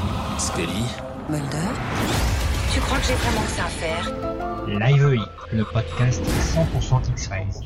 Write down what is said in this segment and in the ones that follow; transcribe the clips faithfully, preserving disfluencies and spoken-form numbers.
Scully. Mulder. Tu crois que j'ai vraiment que ça à faire? Live E I, le podcast cent pour cent X-Files.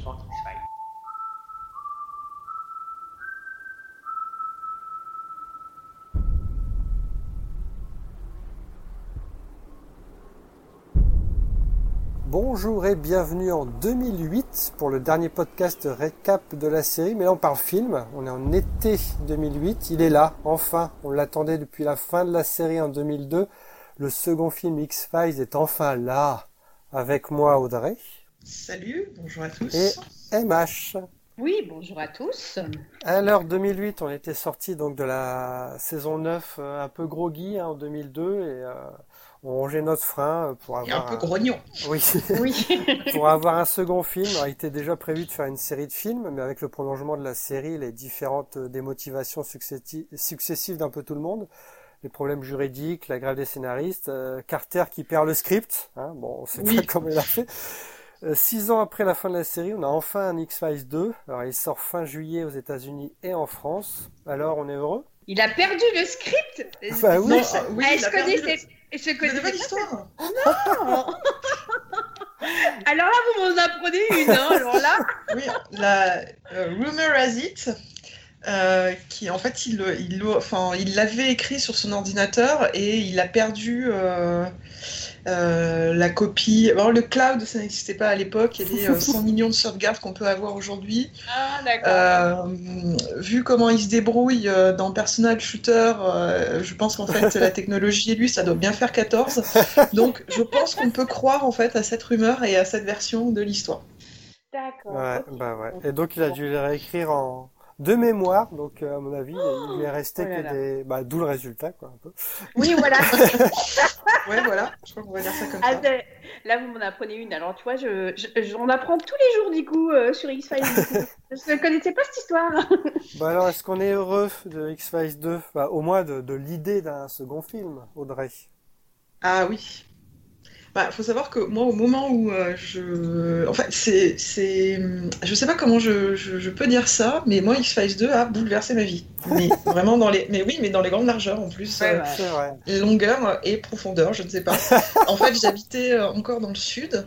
Bonjour et bienvenue en deux mille huit pour le dernier podcast récap de la série. Mais là on parle film, on est en été deux mille huit, il est là, enfin, on l'attendait depuis la fin de la série en deux mille deux. Le second film X-Files est enfin là, avec moi Audrey. Salut, bonjour à tous. Et M H. Oui, bonjour à tous. Alors deux mille huit, on était sorti donc de la saison neuf euh, un peu groggy hein, en deux mille deux et euh, on rangeait notre frein pour avoir et un peu grognon. Oui. Oui. Pour avoir un second film. Alors, il était déjà prévu de faire une série de films, mais avec le prolongement de la série, les différentes démotivations successi- successives d'un peu tout le monde, les problèmes juridiques, la grève des scénaristes, euh, Carter qui perd le script, hein, bon, on sait Oui. pas comment il a fait. Euh, six ans après la fin de la série, on a enfin un X-Files deux. Alors, il sort fin juillet aux États-Unis et en France. Alors, on est heureux? Il a perdu le script. Bah oui. Non, ah, oui, Ah, il je a perdu connaissais. Je Vous connaissais n'avez pas pas l'histoire. Non. Alors là, vous m'en apprenez une. Hein, alors là. Oui, la euh, rumor has it, euh, qui en fait il, le- il, le- enfin, il l'avait écrit sur son ordinateur et il a perdu euh, euh, la copie. Alors le cloud, ça n'existait pas à l'époque. Il y avait euh, cent millions de sauvegardes qu'on peut avoir aujourd'hui. Ah d'accord. Euh, vu comment il se débrouille euh, dans Personal Shooter, euh, je pense qu'en fait la technologie et lui, ça doit bien faire quatorze. Donc je pense qu'on peut croire en fait à cette rumeur et à cette version de l'histoire. D'accord. Ouais, ok. bah ouais. Et donc il a dû les réécrire en de mémoire, donc euh, à mon avis, il lui est resté Oh là que là. des, bah d'où le résultat quoi un peu. Oui, voilà. Ouais, voilà, je crois qu'on va dire ça comme Ah, ça. c'est- là, vous m'en apprenez une. Alors, tu vois, je, je, j'en apprends tous les jours du coup euh, sur X-Files. du coup. Je ne connaissais pas cette histoire. Bah alors est-ce qu'on est heureux de X-Files deux, bah, au moins de, de l'idée d'un second film, Audrey? Ah oui. Bah, faut savoir que moi, au moment où euh, je... En fait, c'est... c'est... Je sais pas comment je, je, je peux dire ça, mais moi, X-Files deux a bouleversé ma vie. Mais vraiment dans les... Mais oui, mais dans les grandes largeurs, en plus. Ouais, euh, ouais. C'est vrai. Longueur et profondeur, je ne sais pas. En fait, j'habitais euh, encore dans le sud.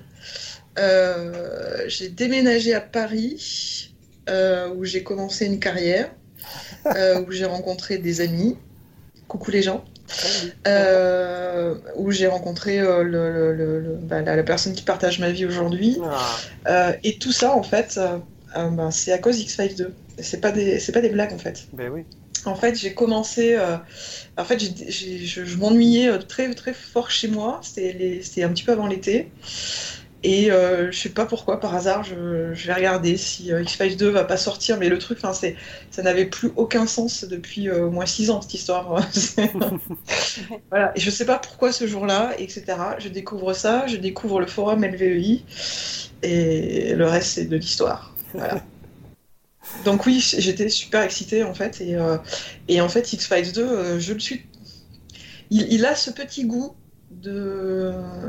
Euh, j'ai déménagé à Paris, euh, où j'ai commencé une carrière, euh, où j'ai rencontré des amis. Coucou les gens. Euh, où j'ai rencontré euh, le, le- le- le- bah, la, la personne qui partage ma vie aujourd'hui. Ah, Euh, et tout ça, en fait, euh, euh, ben, c'est à cause d'X-Files deux. C'est pas des, c'est pas des blagues, en fait. ben oui. En fait, j'ai commencé. euh, en fait, j'ai, j'ai- je, je m'ennuyais euh, très, très fort chez moi. C'était, les- c'était un petit peu avant l'été. Et euh, je sais pas pourquoi, par hasard, je, je vais regarder si euh, X-Files deux va pas sortir. Mais le truc, enfin, c'est, ça n'avait plus aucun sens depuis euh, au moins six ans, cette histoire. C'est- voilà. Et je sais pas pourquoi ce jour-là, et cetera. Je découvre ça, je découvre le forum L V E I. Et le reste, c'est de l'histoire. Voilà. Donc oui, j'étais super excitée en fait, et, euh, et en fait X-Files deux, euh, je le suis. Il, il a ce petit goût de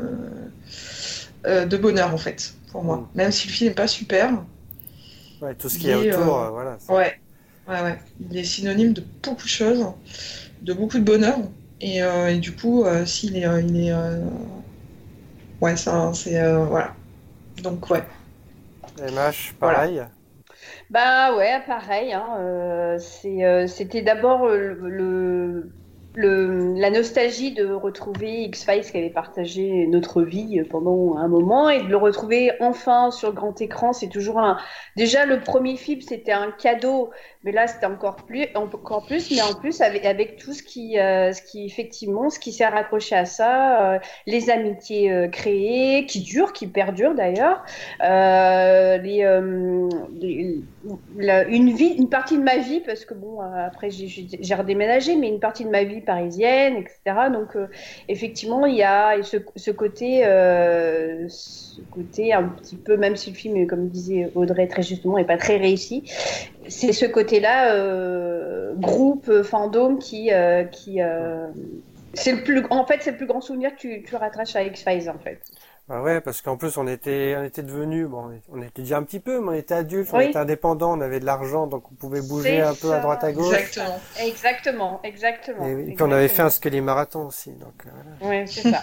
euh, de bonheur en fait pour moi, Mm. même si le film n'est pas super. Ouais, tout ce qui Il est est, autour, euh, euh, voilà. c'est- Ouais, ouais, ouais. Il est synonyme de beaucoup de choses, de beaucoup de bonheur, et, euh, et du coup, euh, s'il est, euh, il est, euh, ouais, ça, c'est euh, voilà. Donc ouais. M H, pareil. Bah ouais, pareil. Hein, euh, c'est, euh, c'était d'abord euh, le, le, le- la nostalgie de retrouver X-Files qui avait partagé notre vie pendant un moment et de le retrouver enfin sur le grand écran. C'est toujours un. Déjà, le premier film, c'était un cadeau, mais là, c'était encore plus, encore plus, mais en plus avec, avec tout ce qui, euh, ce qui effectivement, ce qui s'est raccroché à ça, euh, les amitiés euh, créées, qui durent, qui perdurent d'ailleurs. Euh, les, euh, les- la- une vie, une partie de ma vie, parce que bon, euh, après j'ai, j'ai j'ai redéménagé, mais une partie de ma vie parisienne, et cetera. Donc euh, effectivement, il y a ce, ce côté, euh, ce côté un petit peu, même si le film, comme disait Audrey très justement, est pas très réussi, c'est ce côté-là, euh, groupe, fandom qui, euh, qui, euh, c'est le plus, en fait, c'est le plus grand souvenir que tu, tu rattaches à X-Files en fait. Bah ouais, parce qu'en plus on était, on était devenus, bon, on était déjà un petit peu, mais on était adultes, on Oui. était indépendants, on avait de l'argent, donc on pouvait bouger C'est un peu ça. à droite à gauche. Exactement. Exactement, exactement. Et, oui. Et puis on avait fait un skelly marathon aussi, donc euh, voilà. Oui, c'est ça.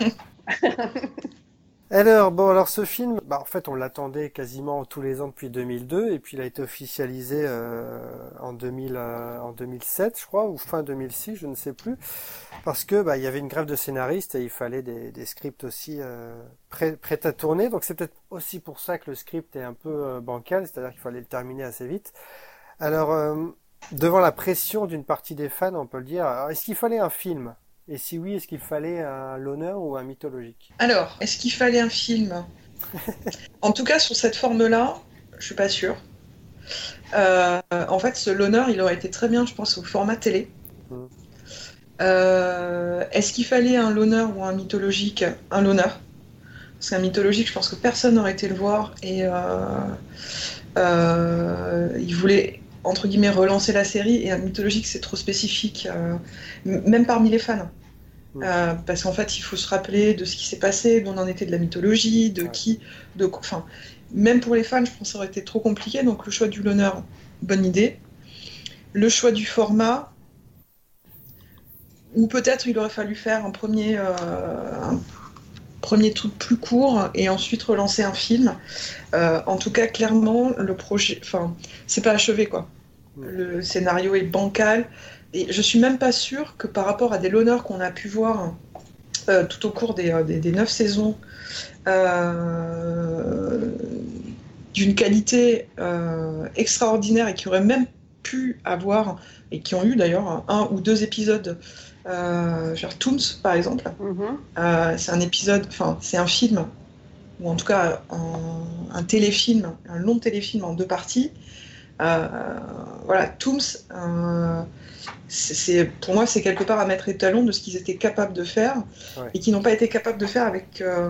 Alors, bon, alors ce film, bah, en fait, on l'attendait quasiment tous les ans depuis deux mille deux, et puis il a été officialisé euh, en, deux mille, euh, en deux mille sept, je crois, ou fin deux mille six, je ne sais plus, parce que bah, il y avait une grève de scénaristes et il fallait des, des scripts aussi euh, prêts, prêts à tourner, donc c'est peut-être aussi pour ça que le script est un peu euh, bancal, c'est-à-dire qu'il fallait le terminer assez vite. Alors, euh, devant la pression d'une partie des fans, on peut le dire, alors, est-ce qu'il fallait un film ? Et si oui, est-ce qu'il fallait un l'honneur ou un mythologique ? Alors, est-ce qu'il fallait un film ? En tout cas, sur cette forme-là, je suis pas sûre. Euh, en fait, ce l'honneur, il aurait été très bien, je pense, au format télé. Mm. Euh, est-ce qu'il fallait un l'honneur ou un mythologique ? Un l'honneur. Parce qu'un mythologique, je pense que personne n'aurait été le voir et euh, euh, il voulait, entre guillemets, relancer la série, et un mythologique, c'est trop spécifique, euh, même parmi les fans. Euh, parce qu'en fait, il faut se rappeler de ce qui s'est passé, d'où on en était de la mythologie, de qui, de, enfin, même pour les fans, je pense que ça aurait été trop compliqué. Donc le choix du l'honneur, bonne idée. Le choix du format, ou peut-être il aurait fallu faire un premier, euh, un premier truc plus court et ensuite relancer un film. Euh, en tout cas, clairement, le projet, enfin, c'est pas achevé quoi. Le scénario est bancal. Et je suis même pas sûre que par rapport à des l'honneur qu'on a pu voir euh, tout au cours des, des, des neuf saisons, euh, d'une qualité euh, extraordinaire et qui auraient même pu avoir, et qui ont eu d'ailleurs un ou deux épisodes, euh, genre Tooms par exemple, Mm-hmm. euh, c'est un épisode, enfin c'est un film, ou en tout cas un, un téléfilm, un long téléfilm en deux parties. Euh, voilà, Tooms, euh, c'est, c'est, pour moi, c'est quelque part à mettre étalon de ce qu'ils étaient capables de faire, ouais. Et qu'ils n'ont pas été capables de faire avec, euh,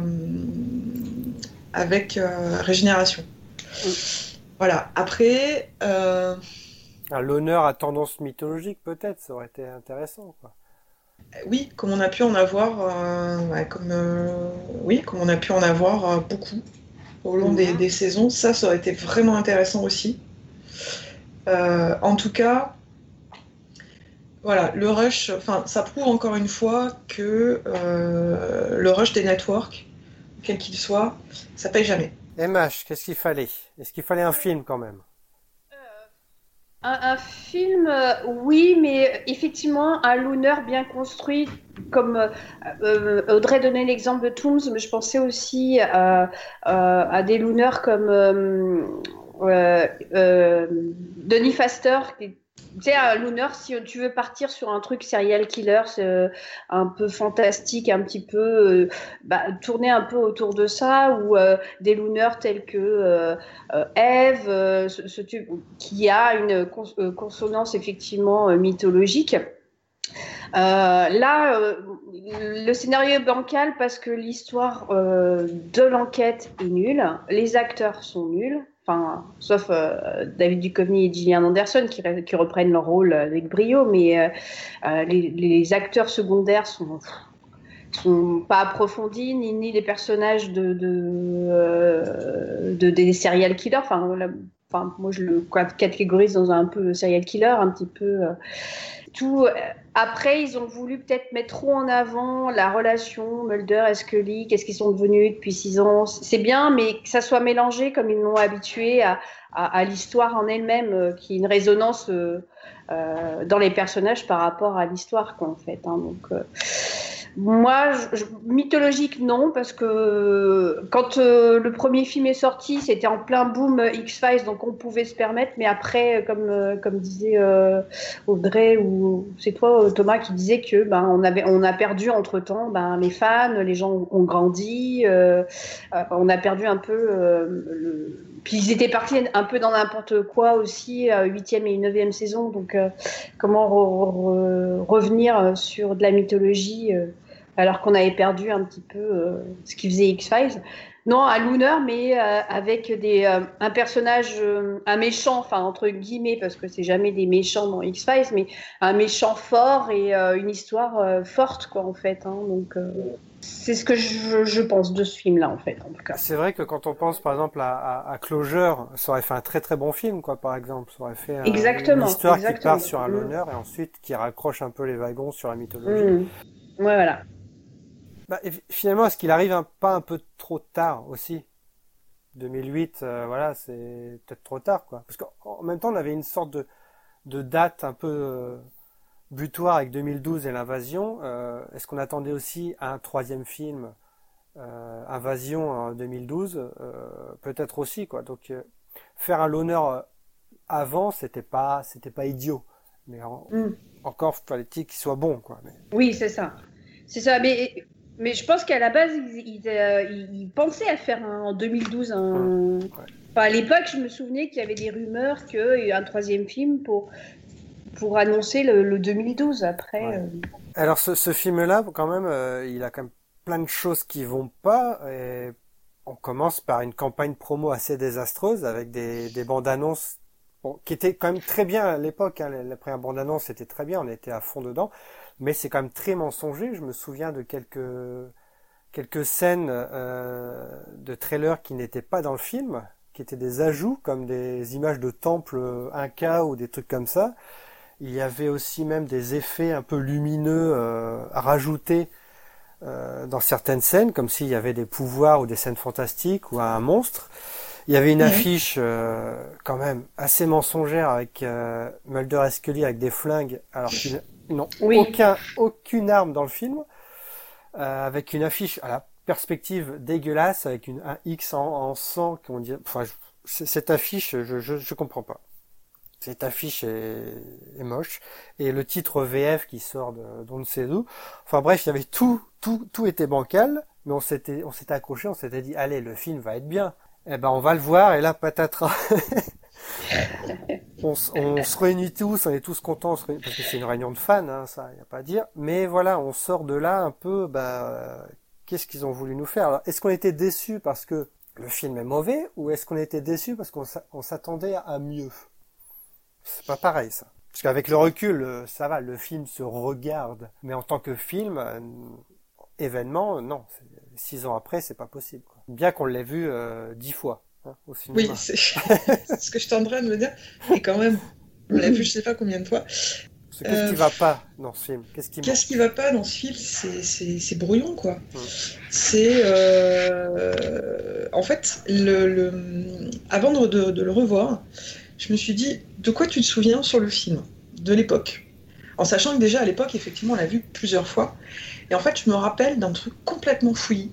avec euh, Régénération. Oui. Voilà, après... Euh... Alors, l'honneur à tendance mythologique, peut-être, ça aurait été intéressant, quoi. Oui, comme on a pu en avoir, euh, ouais, comme, euh, oui, comme on a pu en avoir euh, beaucoup au long mmh. des, des saisons, ça, ça aurait été vraiment intéressant aussi. Euh, en tout cas, voilà, le rush, enfin, ça prouve encore une fois que euh, le rush des networks, quel qu'il soit, ça paye jamais. M H, qu'est-ce qu'il fallait ? Est-ce qu'il fallait un film quand même ? Un, un film, euh, oui, mais effectivement, un l'honneur bien construit, comme euh, euh, Audrey donnait l'exemple de Tooms, mais je pensais aussi euh, euh, à des l'honneurs comme euh, euh, euh, Denis Faster, qui tu sais, un l'honneur, si tu veux partir sur un truc serial killer, c'est euh, un peu fantastique, un petit peu euh, bah, tourner un peu autour de ça, ou euh, des l'honneurs tels que euh, euh, Eve, euh, ce, ce, qui a une cons euh, consonance effectivement euh, mythologique. Euh, là, euh, le scénario est bancal parce que l'histoire euh, de l'enquête est nulle, les acteurs sont nuls. Enfin, sauf euh, David Duchovny et Gillian Anderson qui, qui reprennent leur rôle avec brio, mais euh, les, les acteurs secondaires sont, sont pas approfondis, ni, ni les personnages de, de, euh, de des serial killers. Enfin, la, enfin, moi je le catégorise dans un peu serial killer, un petit peu. Euh, tout. Après, ils ont voulu peut-être mettre trop en avant la relation Mulder et Scully, qu'est-ce qu'ils sont devenus depuis six ans. C'est bien, mais que ça soit mélangé comme ils l'ont habitué à, à, à l'histoire en elle-même, euh, qui est une résonance euh, euh, dans les personnages par rapport à l'histoire, quoi, en fait. Hein. Donc, euh, moi, je, je, mythologique, non, parce que quand euh, le premier film est sorti, c'était en plein boom X-Files, donc on pouvait se permettre, mais après, comme, euh, comme disait euh, Audrey, ou c'est toi, Thomas, qui disait que ben, on, avait, on a perdu entre-temps ben, les fans, les gens ont grandi, euh, euh, on a perdu un peu... Euh, le... Puis ils étaient partis un peu dans n'importe quoi aussi, huitième et neuvième saison, donc euh, comment re re revenir sur de la mythologie euh, alors qu'on avait perdu un petit peu euh, ce qui faisait X-Files. Non, à Looner, mais euh, avec des, euh, un personnage, euh, un méchant, enfin entre guillemets, parce que c'est jamais des méchants dans X-Files, mais un méchant fort et euh, une histoire euh, forte, quoi, en fait. Hein, donc, euh, c'est ce que je, je pense de ce film-là, en fait, en tout cas. C'est vrai que quand on pense par exemple à, à, à Closure, ça aurait fait un très très bon film, quoi, par exemple. Ça aurait fait euh, Exactement, une histoire exactement. qui part sur un Mmh. loner et ensuite qui raccroche un peu les wagons sur la mythologie. Mmh. Ouais, voilà. Bah, et finalement, est-ce qu'il arrive un, pas un peu trop tard aussi deux mille huit, euh, voilà, c'est peut-être trop tard, quoi. Parce qu'en même temps, on avait une sorte de, de date un peu euh, butoir avec deux mille douze et l'invasion. Euh, est-ce qu'on attendait aussi un troisième film, euh, Invasion en deux mille douze, euh, peut-être aussi, quoi. Donc euh, faire un loner avant, c'était pas, c'était pas idiot. Mais en, Mm. encore fallait-il qu'il soit bon, quoi. Mais... Oui, c'est ça. C'est ça. Mais, mais je pense qu'à la base, ils, ils, euh, ils pensaient à faire un, en deux mille douze un. Hum, ouais. Enfin, à l'époque, je me souvenais qu'il y avait des rumeurs qu'il y ait un troisième film pour, pour annoncer le, le deux mille douze. Après. Ouais. Euh... Alors ce, ce film-là, quand même, euh, il a quand même plein de choses qui vont pas. Et on commence par une campagne promo assez désastreuse avec des, des bandes annonces bon, qui étaient quand même très bien à l'époque. Hein. La, la première bande annonce était très bien, on était à fond dedans, mais c'est quand même très mensonger. Je me souviens de quelques quelques scènes euh, de trailers qui n'étaient pas dans le film, qui étaient des ajouts comme des images de temples incas ou des trucs comme ça. Il y avait aussi même des effets un peu lumineux euh, à rajouter euh, dans certaines scènes, comme s'il y avait des pouvoirs ou des scènes fantastiques ou un monstre. Il y avait une Ouais. affiche euh, quand même assez mensongère avec euh, Mulder et Scully avec des flingues, alors qu'ils n'ont Oui. aucun, aucune arme dans le film, euh, avec une affiche à la perspective dégueulasse, avec une, un X en, en sang, qu'on dit, enfin, je, cette affiche, je, je, je comprends pas. Cette affiche est, est moche. Et le titre V F qui sort de d'on ne sait d'où. Enfin bref, il y avait tout, tout, tout était bancal, mais on s'était, on s'était accroché, on s'était dit, allez, le film va être bien. Eh ben, on va le voir, et là, patatras. on, on se réunit tous, on est tous contents, on se réunit, parce que c'est une réunion de fans, hein, ça, y a pas à dire. Mais voilà, on sort de là un peu, bah, euh, qu'est-ce qu'ils ont voulu nous faire? Alors, est-ce qu'on était déçus parce que le film est mauvais, ou est-ce qu'on était déçus parce qu'on on s'attendait à mieux? C'est pas pareil, ça. Parce qu'avec le recul, ça va, le film se regarde. Mais en tant que film, euh, événement, non. Six ans après, c'est pas possible, quoi. Bien qu'on l'ait vu euh, dix fois, hein, au cinéma. Oui, c'est c'est ce que je tendrais de me dire. Et quand même, on l'a vu je sais pas combien de fois. Qu'est-ce Euh, qui va pas dans ce film? Qu'est-ce qui Qu'est-ce manque? qui va pas dans ce film? C'est c'est- c'est brouillon, quoi. Hum. C'est. euh, En fait, le, le- avant de, de- de le revoir, je me suis dit, de quoi tu te souviens sur le film, de l'époque? En sachant que déjà, à l'époque, effectivement, on l'a vu plusieurs fois. Et en fait, je me rappelle d'un truc complètement fouillis.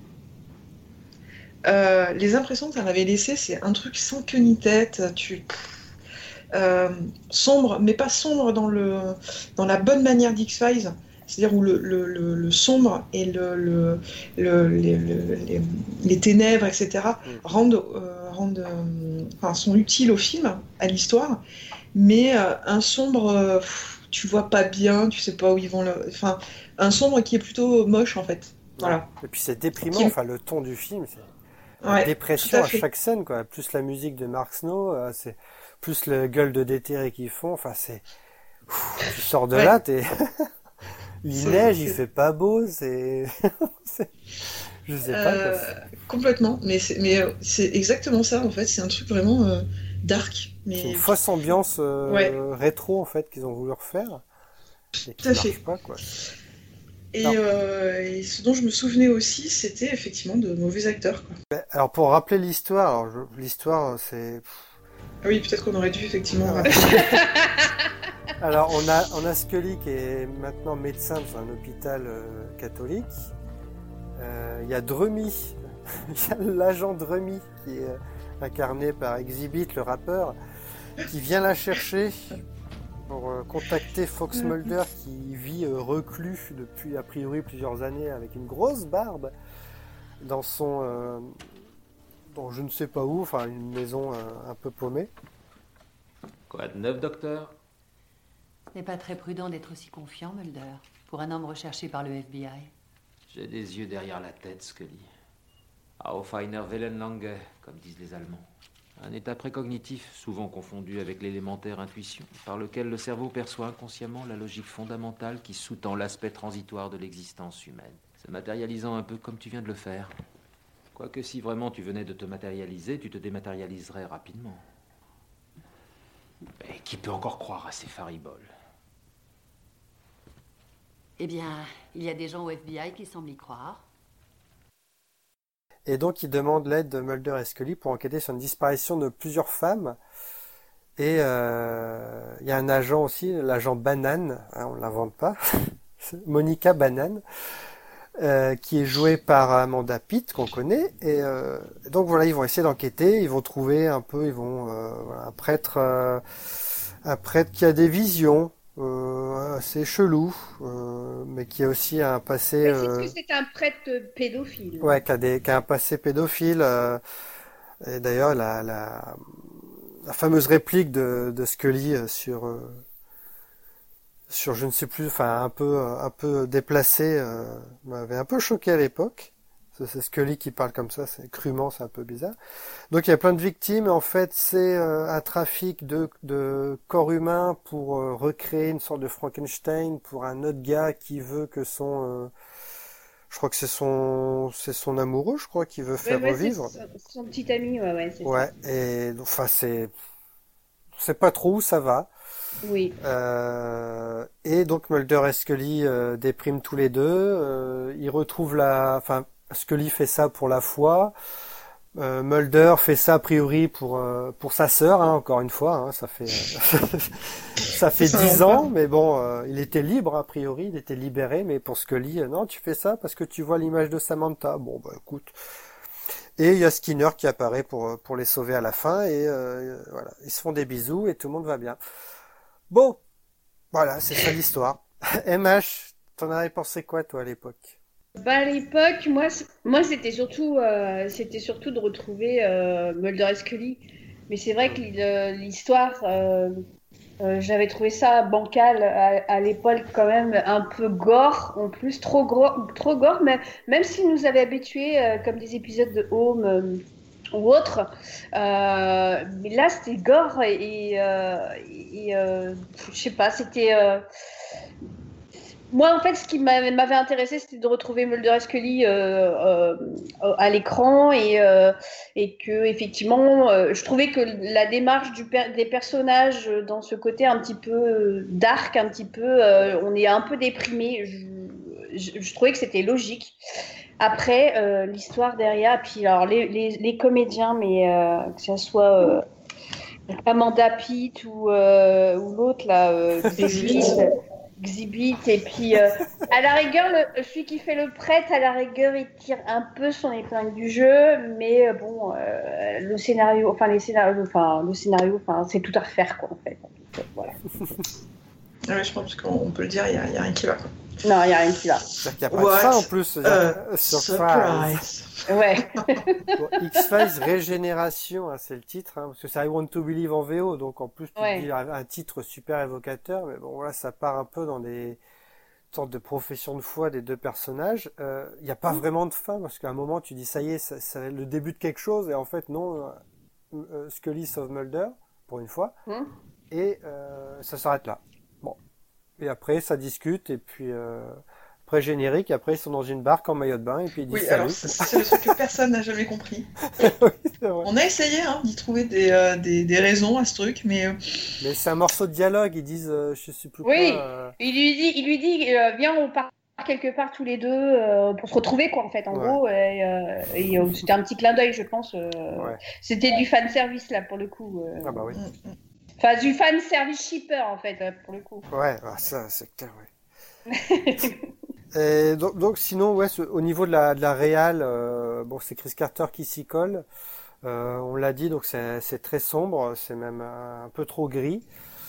Euh, les impressions que ça m'avait laissées, c'est un truc sans queue ni tête. Tu... euh, sombre, mais pas sombre dans, le, dans la bonne manière d'X-Files. C'est-à-dire où le, le, le, le sombre et le, le, le, les, le- les, les ténèbres, et cetera, Mm. rendent, euh, rendent, euh, enfin, sont utiles au film, à l'histoire. Mais euh, un sombre, euh, pff, tu vois pas bien, tu sais pas où ils vont le... Enfin, un sombre qui est plutôt moche, en fait. Voilà. Et puis c'est déprimant, Qui- enfin le ton du film, c'est la Ouais, dépression tout à à fait. chaque scène, quoi. Plus la musique de Mark Snow, euh, c'est plus le gueule de déterré qu'ils font, enfin c'est... Ouf, tu sors de Ouais. là, t'es... il C'est- neige, il c'est- fait pas beau, c'est... c'est- Je sais pas, quoi. Euh, complètement, mais c'est mais euh, c'est exactement ça en fait. C'est un truc vraiment euh, dark, C'est mais une fausse ambiance euh, Ouais. rétro, en fait, qu'ils ont voulu refaire. Et qui Tout à marche fait. pas, quoi. et, Non. euh, et ce dont je me souvenais aussi, c'était effectivement de mauvais acteurs, quoi. Ben, alors, pour rappeler l'histoire, alors, je- l'histoire, c'est... Ah oui, peut-être qu'on aurait dû effectivement. Ouais. euh, Alors, on a, on a Scully qui est maintenant médecin dans un hôpital euh, catholique. Euh, Il y a Drumy, il y a l'agent Drumy qui est euh, incarné par Exhibit, le rappeur, qui vient la chercher pour euh, contacter Fox Mulder qui vit euh, reclus depuis a priori plusieurs années avec une grosse barbe dans son... euh, dans je ne sais pas où, enfin une maison euh, un peu paumée. Quoi de neuf, docteur? Ce n'est pas très prudent d'être aussi confiant, Mulder, pour un homme recherché par le F B I. J'ai des yeux derrière la tête, Scully. Auf einer Wellenlänge, comme disent les Allemands. Un état précognitif, souvent confondu avec l'élémentaire intuition, par lequel le cerveau perçoit inconsciemment la logique fondamentale qui sous-tend l'aspect transitoire de l'existence humaine, se matérialisant un peu comme tu viens de le faire. Quoique si vraiment tu venais de te matérialiser, tu te dématérialiserais rapidement. Mais qui peut encore croire à ces fariboles? Eh bien, il y a des gens au F B I qui semblent y croire. Et donc, il demande l'aide de Mulder et Scully pour enquêter sur une disparition de plusieurs femmes. Et euh, il y a un agent aussi, l'agent Banane, hein, on ne l'invente pas, Monica Banane, euh, qui est jouée par Amanda Pitt, qu'on connaît. Et euh, donc voilà, ils vont essayer d'enquêter, ils vont trouver un peu, ils vont euh, voilà, un prêtre, euh, un prêtre qui a des visions. Euh, assez chelou, euh, mais qui a aussi un passé. Mais c'est euh, que c'est un prêtre pédophile. Ouais, qui a, des, qui a un passé pédophile. Euh, et d'ailleurs, la, la, la fameuse réplique de, de Scully sur, euh, sur je ne sais plus, enfin un peu, un peu déplacée, euh, m'avait un peu choqué à l'époque. C'est Scully qui parle comme ça, c'est crûment, c'est un peu bizarre. Donc il y a plein de victimes, et en fait c'est euh, un trafic de, de corps humains pour euh, recréer une sorte de Frankenstein pour un autre gars qui veut que son, euh, je crois que c'est son, c'est son amoureux, je crois, qui veut faire Ouais, ouais, revivre. c'est son, son petit ami, ouais, ouais, c'est Ouais, ça. et enfin c'est, c'est pas trop où ça va. Oui. Euh, et donc Mulder et Scully euh, dépriment tous les deux. Euh, ils retrouvent la, enfin Scully fait ça pour la foi. Euh, Mulder fait ça a priori pour euh, pour sa sœur, hein, encore une fois. Hein, ça fait euh, ça fait dix ans, mais bon, euh, il était libre a priori, il était libéré, mais pour Scully, euh, non, tu fais ça parce que tu vois l'image de Samantha. Bon, bah écoute. Et il y a Skinner qui apparaît pour pour les sauver à la fin, et euh, voilà, ils se font des bisous et tout le monde va bien. Bon, voilà, c'est ça l'histoire. M H, t'en avais pensé quoi toi à l'époque? Bah, à l'époque, moi, c- moi c'était surtout, euh, c'était surtout de retrouver euh, Mulder et Scully. Mais c'est vrai que l'hi- l'histoire, euh, euh, j'avais trouvé ça bancal à, à l'époque quand même, un peu gore, en plus, trop gore, trop gore, mais même s'ils nous avaient habitués, euh, comme des épisodes de Home euh, ou autres, euh, mais là c'était gore et, et, euh, et, euh, je sais pas, c'était. euh, Moi, en fait, ce qui m'avait m'avait intéressé, c'était de retrouver Mulder et Scully euh, euh, à l'écran et, euh, et que, effectivement, euh, je trouvais que la démarche du per- des personnages dans ce côté un petit peu euh, dark, un petit peu, euh, on est un peu déprimé. Je, je, je trouvais que c'était logique. Après, euh, l'histoire derrière, puis alors les, les, les comédiens, mais euh, que ce soit euh, Amanda Pitt ou, euh, ou l'autre là, euh, Xibit, Xibit, et puis euh, à la rigueur, le, celui qui fait le prêtre, à la rigueur, il tire un peu son épingle du jeu, mais euh, bon, euh, le scénario, enfin les scénarios, enfin le scénario, enfin c'est tout à refaire quoi en fait. Donc, euh, voilà. Ah ouais, je pense qu'on peut le dire, il n'y a, y a rien qui va. Quoi. Non, il n'y a rien qui va. C'est-à-dire qu'il n'y a pas What de fin en plus. Il y a- a Surprise. surprise. Ouais. Bon, X-Files Régénération, hein, c'est le titre, hein, parce que c'est I Want to Believe en V O, donc en plus tu Ouais. dis un, un titre super évocateur, mais bon voilà, ça part un peu dans des sortes de profession de foi des deux personnages. Euh, Il n'y a pas vraiment de fin, parce qu'à un moment tu dis ça y est, ça, ça va être le début de quelque chose, et en fait non, euh, euh, Scully sauve Mulder, pour une fois, Hum. et euh, ça s'arrête là. Bon. Et après ça discute, et puis euh, après générique, après ils sont dans une barque en maillot de bain, et puis ils disent Oui, salut. alors c'est c'est le truc que personne n'a jamais compris. Oui, c'est vrai. On a essayé hein, d'y trouver des, euh, des, des raisons à ce truc, mais euh, Mais c'est un morceau de dialogue, ils disent, euh, je sais plus Oui. quoi. euh, Il lui dit, il lui dit, euh, viens, on part quelque part tous les deux euh, pour se retrouver quoi en fait en Ouais. gros et, euh, et, euh, c'était un petit clin d'œil je pense euh, Ouais. c'était du fan service là pour le coup euh. Ah bah oui. mm, mm. Enfin du fan service shipper en fait là, pour le coup Ouais, ah, ça c'est clair, ouais. Et donc, donc sinon, ouais, ce- au niveau de la, de la réal, euh, bon, c'est Chris Carter qui s'y colle. Euh, on l'a dit, donc c'est c'est très sombre, c'est même un, un peu trop gris.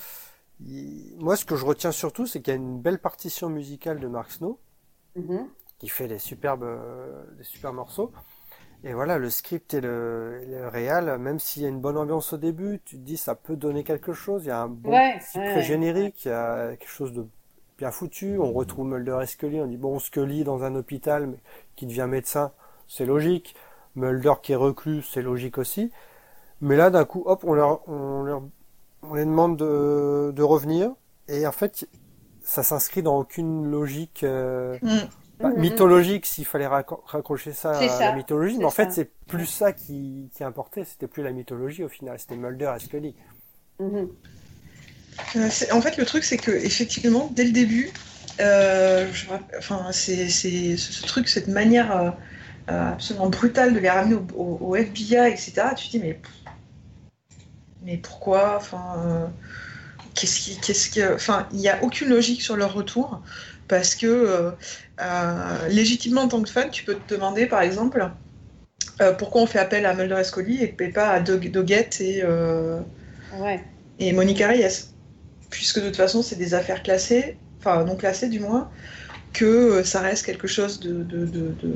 Il- moi, ce que je retiens surtout, c'est qu'il y a une belle partition musicale de Mark Snow, Mhm. qui fait des superbes, euh, des super morceaux. Et voilà, le script et le, et le réal, même s'il y a une bonne ambiance au début, tu te dis ça peut donner quelque chose. Il y a un bon Ouais, petit ouais, pré-générique, il y a quelque chose de bien foutu. On retrouve Mulder et Scully, on dit bon, Scully dans un hôpital mais qui devient médecin, c'est logique. Mulder qui est reclus, c'est logique aussi. Mais là, d'un coup, hop, on leur, on leur, on les demande de, de revenir. Et en fait, ça s'inscrit dans aucune logique euh, Mm. bah, Mhm. mythologique, s'il fallait racco- raccrocher ça C'est à ça, la mythologie. c'est Mais en fait, ça. c'est plus ça qui, qui importait. C'était plus la mythologie au final. C'était Mulder et Scully. Mhm. Euh, c'est- en fait, le truc, c'est que effectivement, dès le début, euh, je me rappelle- enfin, c'est, c'est ce, ce truc, cette manière euh, euh, absolument brutale de les ramener au, au- au F B I, et cetera. Tu te dis, mais, mais pourquoi? Enfin, euh, qu'est-ce qui, qu'est-ce que, enfin, il n'y a aucune logique sur leur retour parce que euh, euh, légitimement, en tant que fan, tu peux te demander, par exemple, euh, pourquoi on fait appel à Mulder et Scully et pas à Dog- Doggett et, euh, Ouais. et Monica Reyes, puisque de toute façon, c'est des affaires classées, enfin non classées du moins, que euh, ça reste quelque chose de, de, de, de,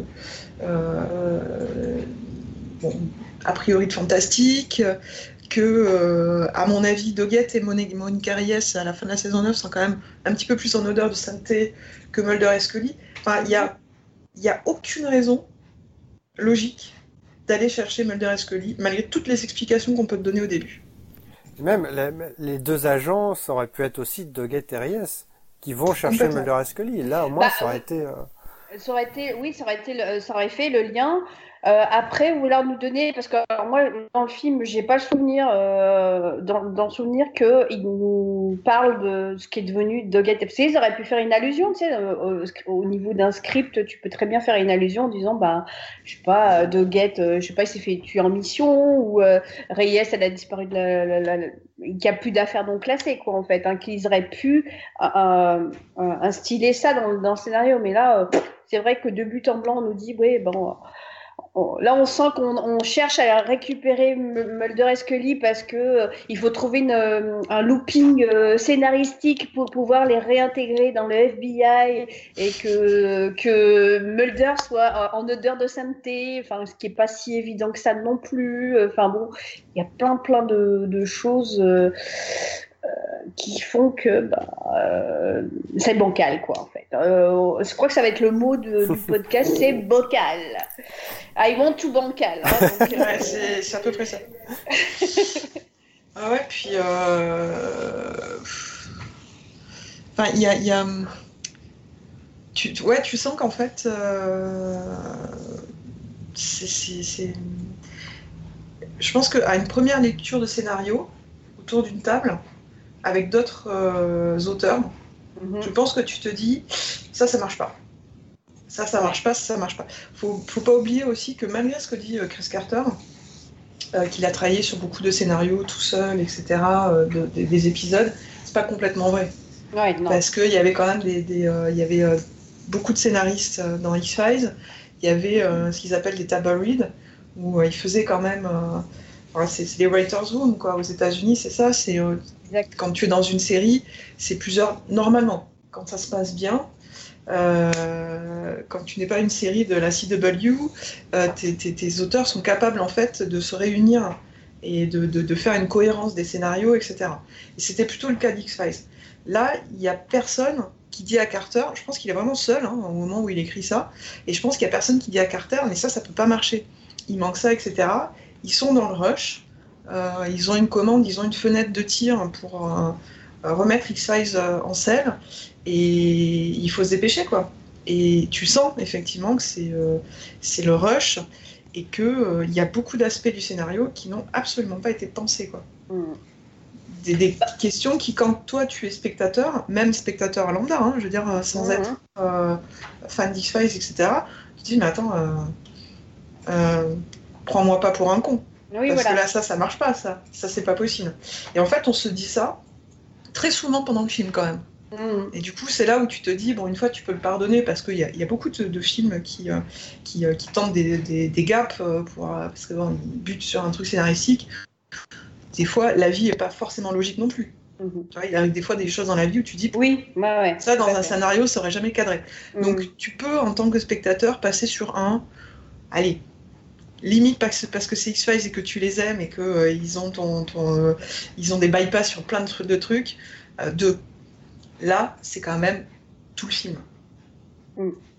euh, bon, a priori de fantastique, que, euh, à mon avis, Doggett et Moni- Monica Reyes, à la fin de la saison neuf, sont quand même un petit peu plus en odeur de sainteté que Mulder et Scully. Enfin, il n'y a, il y a aucune raison logique d'aller chercher Mulder et Scully, malgré toutes les explications qu'on peut te donner au début. Et même les, les deux agents, ça aurait pu être aussi Doggett et Reyes, qui vont chercher Complètement. Mulder et Scully. Là, au moins, Bah, ça aurait oui. été... euh, Ça aurait été, oui, ça aurait été, le- ça aurait fait le lien. Euh, après, vouloir nous donner, parce que alors, moi, dans le film, j'ai pas le souvenir, euh, dans, dans le souvenir que il nous parle de ce qui est devenu Doggett. Parce qu'ils auraient pu faire une allusion, tu sais, au, au- au niveau d'un script, tu peux très bien faire une allusion en disant, bah, je sais pas, euh, Doggett, euh, je sais pas, il s'est fait tuer en mission ou euh, Reyes, elle a disparu de la, la, la- la- il n'y a plus d'affaires non classées, quoi, en fait, hein, qu'ils auraient pu euh, euh, instiller ça dans, dans le scénario. Mais là, euh, c'est vrai que de but en blanc, on nous dit, oui, bon, on- là, on sent qu'on on cherche à récupérer M- Mulder et Scully parce que euh, il faut trouver une, euh, un looping euh, scénaristique pour pouvoir les réintégrer dans le F B I et que, que Mulder soit en odeur de sainteté, enfin, ce qui est pas si évident que ça non plus. Enfin bon, il y a plein plein de, de choses euh, qui font que bah, euh, c'est bancal, quoi, en fait. Euh, je crois que ça va être le mot de- du podcast, c'est bancal. I want to bancal. Hein, donc, euh, Ouais, c'est, c'est à peu près ça. Ah ouais, puis... Euh... Enfin, il y a... il y a... Tu, ouais, tu sens qu'en fait... Euh... C'est, c'est, c'est... Je pense qu'à une première lecture de scénario, autour d'une table, avec d'autres euh, auteurs, mhm. je pense que tu te dis, ça, ça marche pas. Ça, ça marche pas, ça, ça marche pas. Faut, faut pas oublier aussi que malgré ce que dit euh, Chris Carter, euh, qu'il a travaillé sur beaucoup de scénarios tout seul, et cetera, euh, de, de- des épisodes, c'est pas complètement vrai. Ouais, non. Parce qu'il y avait quand même des, des, euh, il y avait euh, beaucoup de scénaristes euh, dans X-Files. Il y avait euh, ce qu'ils appellent des table read, où euh, ils faisaient quand même. Euh, enfin, c'est, c'est des writers' room, quoi. Aux États-Unis, c'est ça. C'est euh, Exact. quand tu es dans une série, c'est plusieurs. Normalement, quand ça se passe bien. Euh, quand tu n'es pas une série de la C W, euh, tes, tes, tes auteurs sont capables en fait de se réunir et de, de, de faire une cohérence des scénarios, et cetera. Et c'était plutôt le cas d'X-Files. Là, il n'y a personne qui dit à Carter, je pense qu'il est vraiment seul hein, au moment où il écrit ça, et je pense qu'il n'y a personne qui dit à Carter, mais ça, ça peut pas marcher. Il manque ça, et cetera. Ils sont dans le rush, euh, ils ont une commande, ils ont une fenêtre de tir pour euh, remettre X-Files euh, en selle, et il faut se dépêcher, quoi. Et tu sens effectivement que c'est, euh, c'est le rush, et qu'il euh, y a beaucoup d'aspects du scénario qui n'ont absolument pas été pensés, quoi. Mm. Des, des questions qui, quand toi tu es spectateur, même spectateur lambda, hein, je veux dire, sans Mhm. être euh, fan d'X-Files, et cetera, tu te dis, mais attends, euh, euh, prends-moi pas pour un con. Oui, Parce voilà. que là, ça, ça marche pas, ça. Ça, c'est pas possible. Et en fait, on se dit ça très souvent pendant le film, quand même. Mm. Et du coup, c'est là où tu te dis, bon, une fois, tu peux le pardonner, parce qu'il y a, il y a beaucoup de, de films qui, euh, qui, euh, qui tentent des, des, des gaps, euh, pour, euh, parce qu'ils bon, butent sur un truc scénaristique. Des fois, la vie est pas forcément logique non plus. Mhm. Tu vois, il arrive des fois des choses dans la vie où tu dis, Oui, ouais, ouais. ça, dans tout à un fait. scénario, ça aurait jamais cadré. Mm. Donc, tu peux, en tant que spectateur, passer sur un... Allez, limite parce que, parce que c'est X-Files et que tu les aimes et qu'ils euh, ils ont, ton, ton, euh, ils ont des bypass sur plein de, trucs- de trucs. Euh, deux. Là, c'est quand même tout le film. Mm.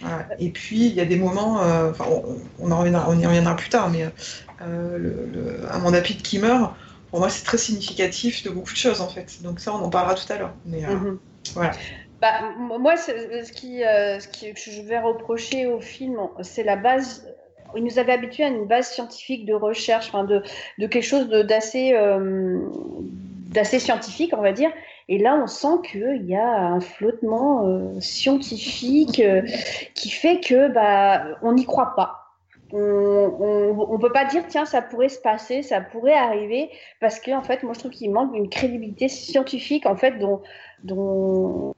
Voilà. Et puis il y a des moments, euh, enfin, on, on, en reviendra, on y reviendra plus tard, mais euh, le, le Amanda Pitt qui meurt, pour moi c'est très significatif de beaucoup de choses en fait. Donc ça on en parlera tout à l'heure. Mais euh, Mhm. voilà. Bah, moi, ce qui, euh, ce qui, que je vais reprocher au film, c'est la base. Il nous avait habitués à une base scientifique de recherche, enfin de, de quelque chose de- d'assez, euh, d'assez scientifique, on va dire. Et là, on sent qu'il y a un flottement euh, scientifique euh, qui fait que bah, on n'y croit pas. On, on, on peut pas dire tiens ça pourrait se passer, ça pourrait arriver, parce que en fait, moi je trouve qu'il manque une crédibilité scientifique en fait dont dont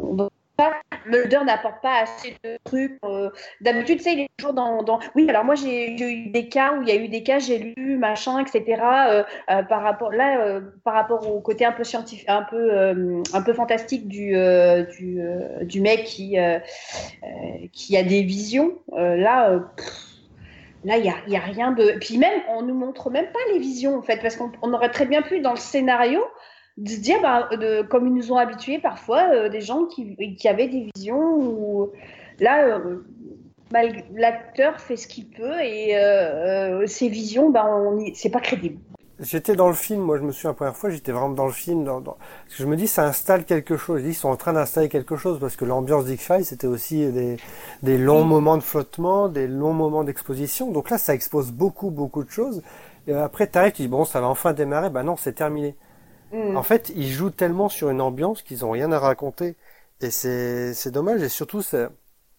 Mulder n'apporte pas assez de trucs. Euh, D'habitude, tu sais, il est toujours dans, dans... Oui, alors moi, j'ai j'ai eu des cas où il y a eu des cas, j'ai lu, machin, et cetera. Euh, euh, par rapport là, euh, par rapport au côté un peu scientifique, un peu, euh, un peu fantastique du, euh, du, euh, du mec qui, euh, euh, qui a des visions. Euh, là, euh, pff, là, il y a, il y a rien de. Puis même, on nous montre même pas les visions en fait, parce qu'on on aurait très bien pu dans le scénario de se dire, bah, de, comme ils nous ont habitués parfois, euh, des gens qui, qui avaient des visions où là, euh, mal- l'acteur fait ce qu'il peut et euh, euh, ses visions, bah, on y- c'est pas crédible. J'étais dans le film, moi je me souviens la première fois, j'étais vraiment dans le film, dans, dans... parce que je me dis ça installe quelque chose, je dis ils sont en train d'installer quelque chose, parce que l'ambiance d'X-Files c'était aussi des, des longs moments de flottement, des longs moments d'exposition, donc là ça expose beaucoup beaucoup de choses, et après t'arrives, tu dis bon ça va enfin démarrer, bah non c'est terminé. Mm. En fait ils jouent tellement sur une ambiance qu'ils ont rien à raconter, et c'est, c'est dommage, et surtout ça,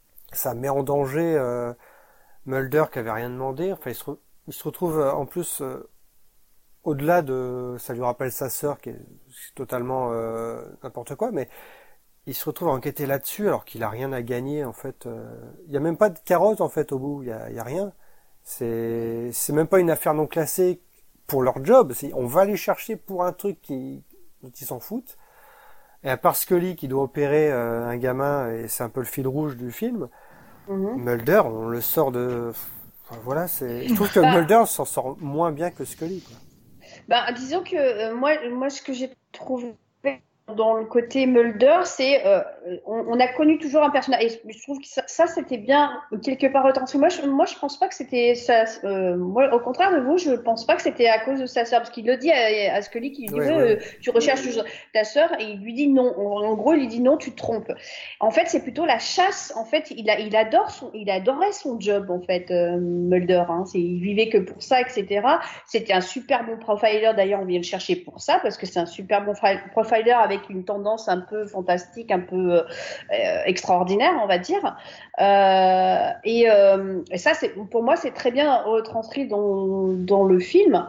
ça met en danger euh, Mulder qui avait rien demandé, enfin il se, re- il se retrouve euh, en plus... euh, au-delà de, ça lui rappelle sa sœur qui est totalement euh, n'importe quoi, mais il se retrouve à enquêter là-dessus alors qu'il a rien à gagner en fait. Euh, il y a même pas de carotte en fait au bout, il y a, il y a rien. C'est, c'est même pas une affaire non classée pour leur job. C'est, on va les chercher pour un truc qui, dont ils s'en foutent. Et à part Scully qui doit opérer euh, un gamin et c'est un peu le fil rouge du film. Mhm. Mulder, on le sort de, enfin, voilà, c'est. Je trouve que Bah, Mulder s'en sort moins bien que Scully, quoi. bah, disons que euh, moi, moi, ce que j'ai trouvé dans le côté Mulder, c'est euh, on, on a connu toujours un personnage. Et je trouve que ça, ça, c'était bien quelque part retranscrit. Moi, je, moi, je pense pas que c'était ça. Euh, moi, au contraire de vous, je pense pas que c'était à cause de sa sœur, parce qu'il le dit à, à Scully, qui lui dit Ouais, ouais, ouais. euh, tu recherches toujours ta sœur, et il lui dit non. En, en gros, il lui dit non, tu te trompes. En fait, c'est plutôt la chasse. En fait, il a, il adore son, il adorait son job en fait, euh, Mulder. Hein. C'est, il vivait que pour ça, et cetera. C'était un super bon profiler. D'ailleurs, on vient le chercher pour ça, parce que c'est un super bon profiler avec une tendance un peu fantastique, un peu euh, extraordinaire, on va dire. Euh, et, euh, et ça, c'est, pour moi, c'est très bien retranscrit dans, dans le film.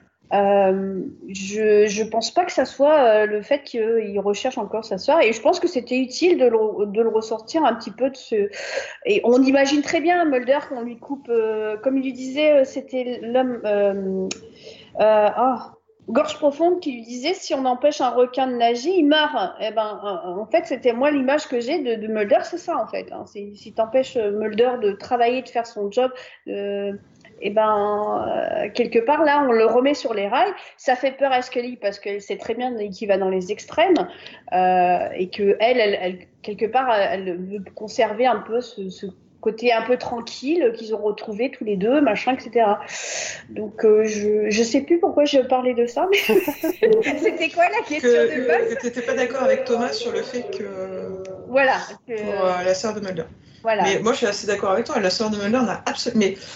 Euh, je, je pense pas que ça soit euh, le fait qu'il recherche encore sa sœur, et je pense que c'était utile de le, de le ressortir un petit peu de ce. Et on imagine très bien Mulder qu'on lui coupe, euh, comme il lui disait, c'était l'homme. Euh, euh, oh, Gorge profonde qui lui disait si on empêche un requin de nager, il meurt. Eh ben, euh, en fait, c'était moi l'image que j'ai de, de Mulder, c'est ça en fait. Hein. C'est, si t'empêches Mulder de travailler, de faire son job, euh, eh ben, euh, quelque part là, on le remet sur les rails. Ça fait peur à Scully parce qu'elle sait très bien qu'il va dans les extrêmes euh, et que elle, elle, elle, quelque part, elle, elle veut conserver un peu ce, ce côté un peu tranquille qu'ils ont retrouvé tous les deux, machin, et cetera. Donc euh, je je sais plus pourquoi je parlais de ça, mais c'était quoi la question Que, de base? que tu n'étais pas d'accord avec Thomas sur le fait que Voilà. Que... pour euh, la sœur de Mulder. Voilà. Mais moi je suis assez d'accord avec toi, la sœur de Mulder n'a absolument. Mais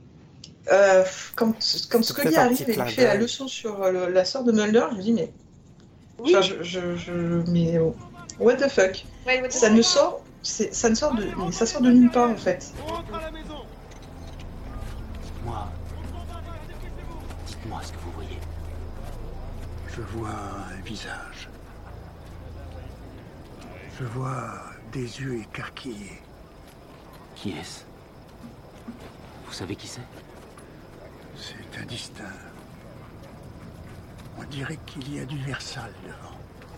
euh, quand, quand C'est Scully peut-être un arrive petit et clin lui fait la d'œil. leçon sur euh, le- la sœur de Mulder, je me dis mais. Oui. Enfin, je, je, je, mais oh, what the fuck? Ouais, ouais, Ça ne sort, c'est, ça ne sort de, mais ça sort de nulle part en fait. Moi, dites-moi ce que vous voyez. Je vois un visage. Je vois des yeux écarquillés. Qui est-ce? Vous savez qui c'est? C'est indistinct. On dirait qu'il y a du Versal devant.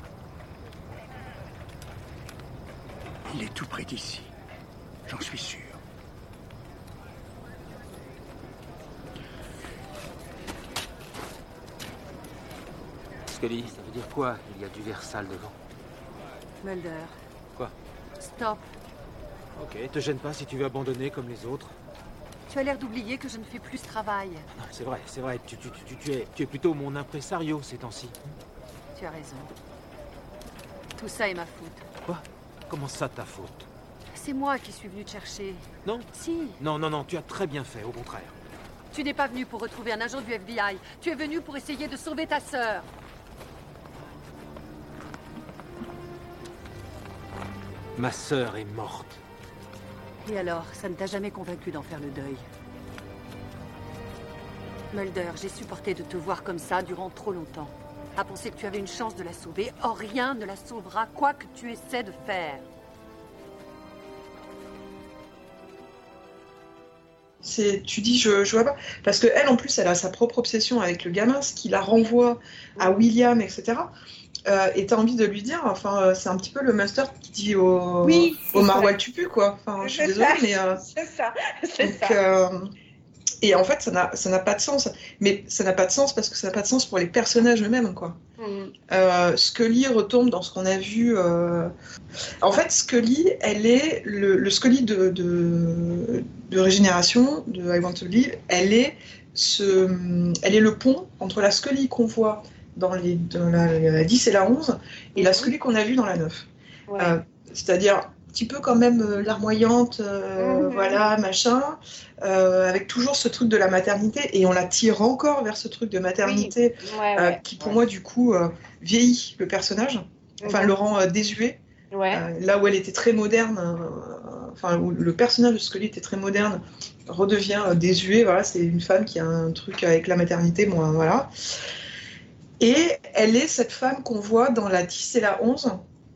Il est tout près d'ici. J'en suis sûr. Scully, ça veut dire quoi? Il y a du Versal devant. Mulder. Quoi? Stop. Ok, te gêne pas si tu veux abandonner comme les autres. Tu as l'air d'oublier que je ne fais plus ce travail. Non, c'est vrai, c'est vrai. Tu, tu, tu, tu, es, tu es plutôt mon impresario ces temps-ci. Tu as raison. Tout ça est ma faute. Quoi? Comment ça, ta faute? C'est moi qui suis venu te chercher. Non? Si. Non, non, non, tu as très bien fait, au contraire. Tu n'es pas venu pour retrouver un agent du F B I. Tu es venu pour essayer de sauver ta sœur. Ma sœur est morte. Et alors, ça ne t'a jamais convaincu d'en faire le deuil? Mulder, j'ai supporté de te voir comme ça durant trop longtemps. À penser que tu avais une chance de la sauver. Or, rien ne la sauvera, quoi que tu essaies de faire. C'est, tu dis, je, je vois pas. Parce qu'elle, en plus, elle a sa propre obsession avec le gamin, ce qui la renvoie à William, et cetera. Euh, et t'as envie de lui dire, enfin, euh, c'est un petit peu le master qui dit au, oui, au maroilles tu pues, quoi. Enfin, je suis désolée, ça, mais. Euh, c'est ça, c'est donc, ça. Euh, et en fait, ça n'a, ça n'a pas de sens. Mais ça n'a pas de sens parce que ça n'a pas de sens pour les personnages eux-mêmes, quoi. Mm. Euh, Scully retombe dans ce qu'on a vu. Euh... En fait, Scully, elle est le, le Scully de, de, de Régénération, de I Want to Live. Elle est, ce, elle est le pont entre la Scully qu'on voit dans, les, dans la, la dix et la onze et la Scully qu'on a vue dans la neuf. Ouais. Euh, c'est-à-dire un petit peu quand même euh, larmoyante, euh, mm-hmm. voilà, machin, euh, avec toujours ce truc de la maternité, et on la tire encore vers ce truc de maternité, oui. ouais, euh, ouais, qui pour ouais. moi, du coup, euh, vieillit le personnage, enfin, mm-hmm. le rend euh, désuet, ouais. euh, là où elle était très moderne, euh, enfin, où le personnage de Scully était très moderne, redevient euh, désuet, voilà, c'est une femme qui a un truc avec la maternité, bon, voilà. Et elle est cette femme qu'on voit dans la dix et la onze,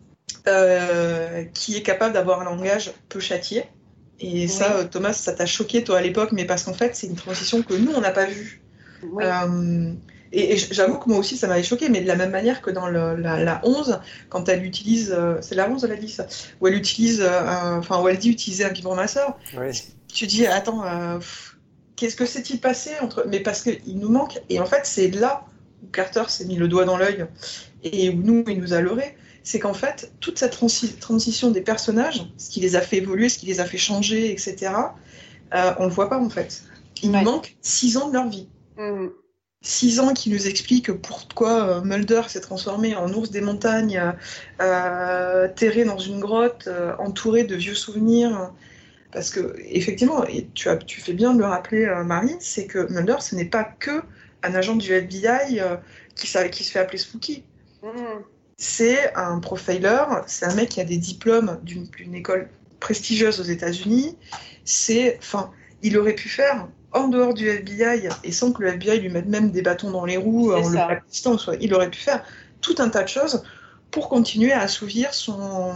Euh, qui est capable d'avoir un langage peu châtié. Et oui. ça, Thomas, ça t'a choqué, toi, à l'époque, mais parce qu'en fait, c'est une transition que nous, on n'a pas vue. Oui. Euh, et, et j'avoue que moi aussi, ça m'avait choqué, mais de la même manière que dans le, la, la onze, quand elle utilise... Euh, c'est la onze, elle a dit ça, où elle utilise... Enfin, euh, où elle dit utiliser un vibromasseur. Oui. Tu dis, attends, euh, pff, qu'est-ce que s'est-il passé entre... Mais parce qu'il nous manque. Et en fait, c'est là où Carter s'est mis le doigt dans l'œil et où nous, il nous a leurrés. C'est qu'en fait, toute cette transi- transition des personnages, ce qui les a fait évoluer, ce qui les a fait changer, et cetera, euh, on ne le voit pas en fait. Il ouais. nous manque six ans de leur vie. Mmh. Six ans qui nous expliquent pourquoi euh, Mulder s'est transformé en ours des montagnes, euh, terré dans une grotte, euh, entouré de vieux souvenirs. Parce que, effectivement, et tu, as, tu fais bien de le rappeler, euh, Marie, c'est que Mulder, ce n'est pas que un agent du F B I euh, qui, qui se fait appeler Spooky. Mmh. C'est un profiler, c'est un mec qui a des diplômes d'une, d'une école prestigieuse aux États-Unis. C'est, enfin, il aurait pu faire en dehors du F B I et sans que le F B I lui mette même des bâtons dans les roues c'est en ça. Le blacklistant, soit, il aurait pu faire tout un tas de choses pour continuer à assouvir son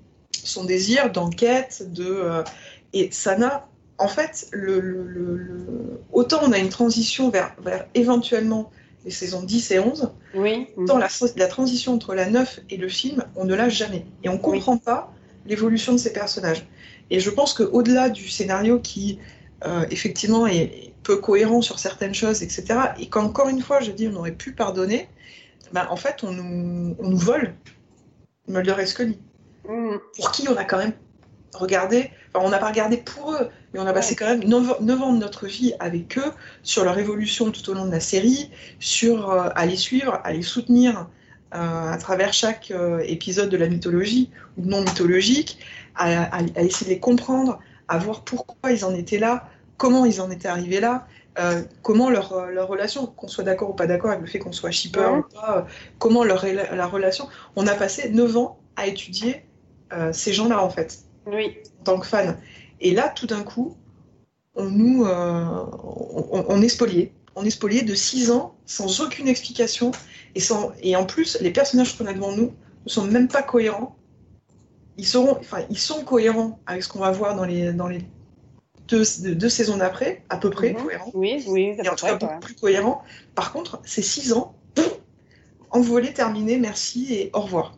son désir d'enquête, de euh, et ça n'a, en fait, le, le, le, le autant on a une transition vers, vers éventuellement les saisons dix et onze, oui. Dans la, la transition entre la neuf et le film, on ne l'a jamais. Et on ne comprend oui. pas l'évolution de ces personnages. Et je pense qu'au-delà du scénario qui, euh, effectivement, est, est peu cohérent sur certaines choses, et cetera, et qu'encore une fois, je dis, on aurait pu pardonner, ben, en fait, on nous, on nous vole Mulder et Scully. Mm. Pour qui on a quand même regardé, enfin, on n'a pas regardé pour eux, mais on a passé quand même neuf ans de notre vie avec eux, sur leur évolution tout au long de la série, sur euh, à les suivre, à les soutenir euh, à travers chaque euh, épisode de la mythologie ou non mythologique, à, à, à essayer de les comprendre, à voir pourquoi ils en étaient là, comment ils en étaient arrivés là, euh, comment leur, leur relation, qu'on soit d'accord ou pas d'accord avec le fait qu'on soit shipper ouais. ou pas, euh, comment leur la relation. On a passé neuf ans à étudier euh, ces gens-là en fait. Oui. En tant que fan. Et là, tout d'un coup, on nous, euh, on, on est spolié. On est spolié de six ans sans aucune explication. Et, sans, et en plus, les personnages qu'on a devant nous ne sont même pas cohérents. Ils, seront, enfin, ils sont cohérents avec ce qu'on va voir dans les, dans les deux, deux saisons d'après, à peu près mm-hmm. cohérents. Oui, oui. Et en tout cas, beaucoup ouais. plus cohérents. Par contre, ces six ans, pouf, envolés, terminés, merci et au revoir.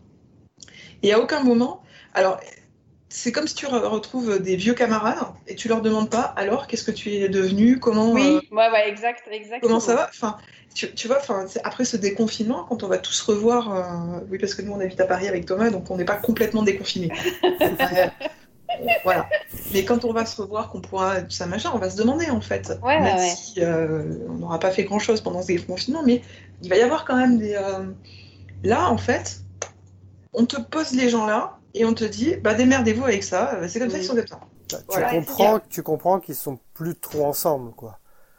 Et à aucun moment... Alors, c'est comme si tu retrouves des vieux camarades et tu leur demandes pas alors qu'est-ce que tu es devenu, comment oui euh, ouais ouais exact exactement comment ça va, enfin tu, tu vois, enfin après ce déconfinement quand on va tous revoir euh, oui parce que nous on habite à Paris avec Thomas donc on n'est pas complètement déconfinés euh, voilà. Mais quand on va se revoir, qu'on pourra tout ça machin, on va se demander en fait. Ouais, même ouais, si euh, on n'aura pas fait grand chose pendant ce confinement, mais il va y avoir quand même des. Euh... Là, en fait, on te pose les gens là et on te dit, bah démerdez-vous avec ça. C'est comme ça qu'ils sont comme ça. Bah, tu Voilà. comprends, tu comprends qu'ils sont plus trop ensemble, quoi.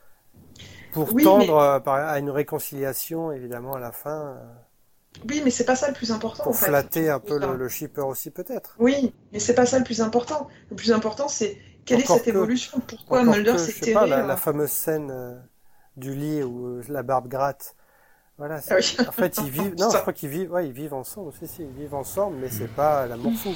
Pour Oui, tendre mais... euh, par- à une réconciliation, évidemment, à la fin. Euh... Oui, mais c'est pas ça le plus important. Pour en fait. flatter un peu le, le shipper aussi, peut-être. Oui, mais c'est pas ça le plus important. Le plus important, c'est quelle Encore est cette que, évolution. Pourquoi encore Mulder que, s'est je sais terré pas, la, hein. la fameuse scène euh, du lit où euh, la barbe gratte. Voilà. Ah oui. En fait, ils vivent. Non, je crois qu'ils vivent. Ouais, ils vivent ensemble. Si, si, ils vivent ensemble, mais c'est pas l'amour fou.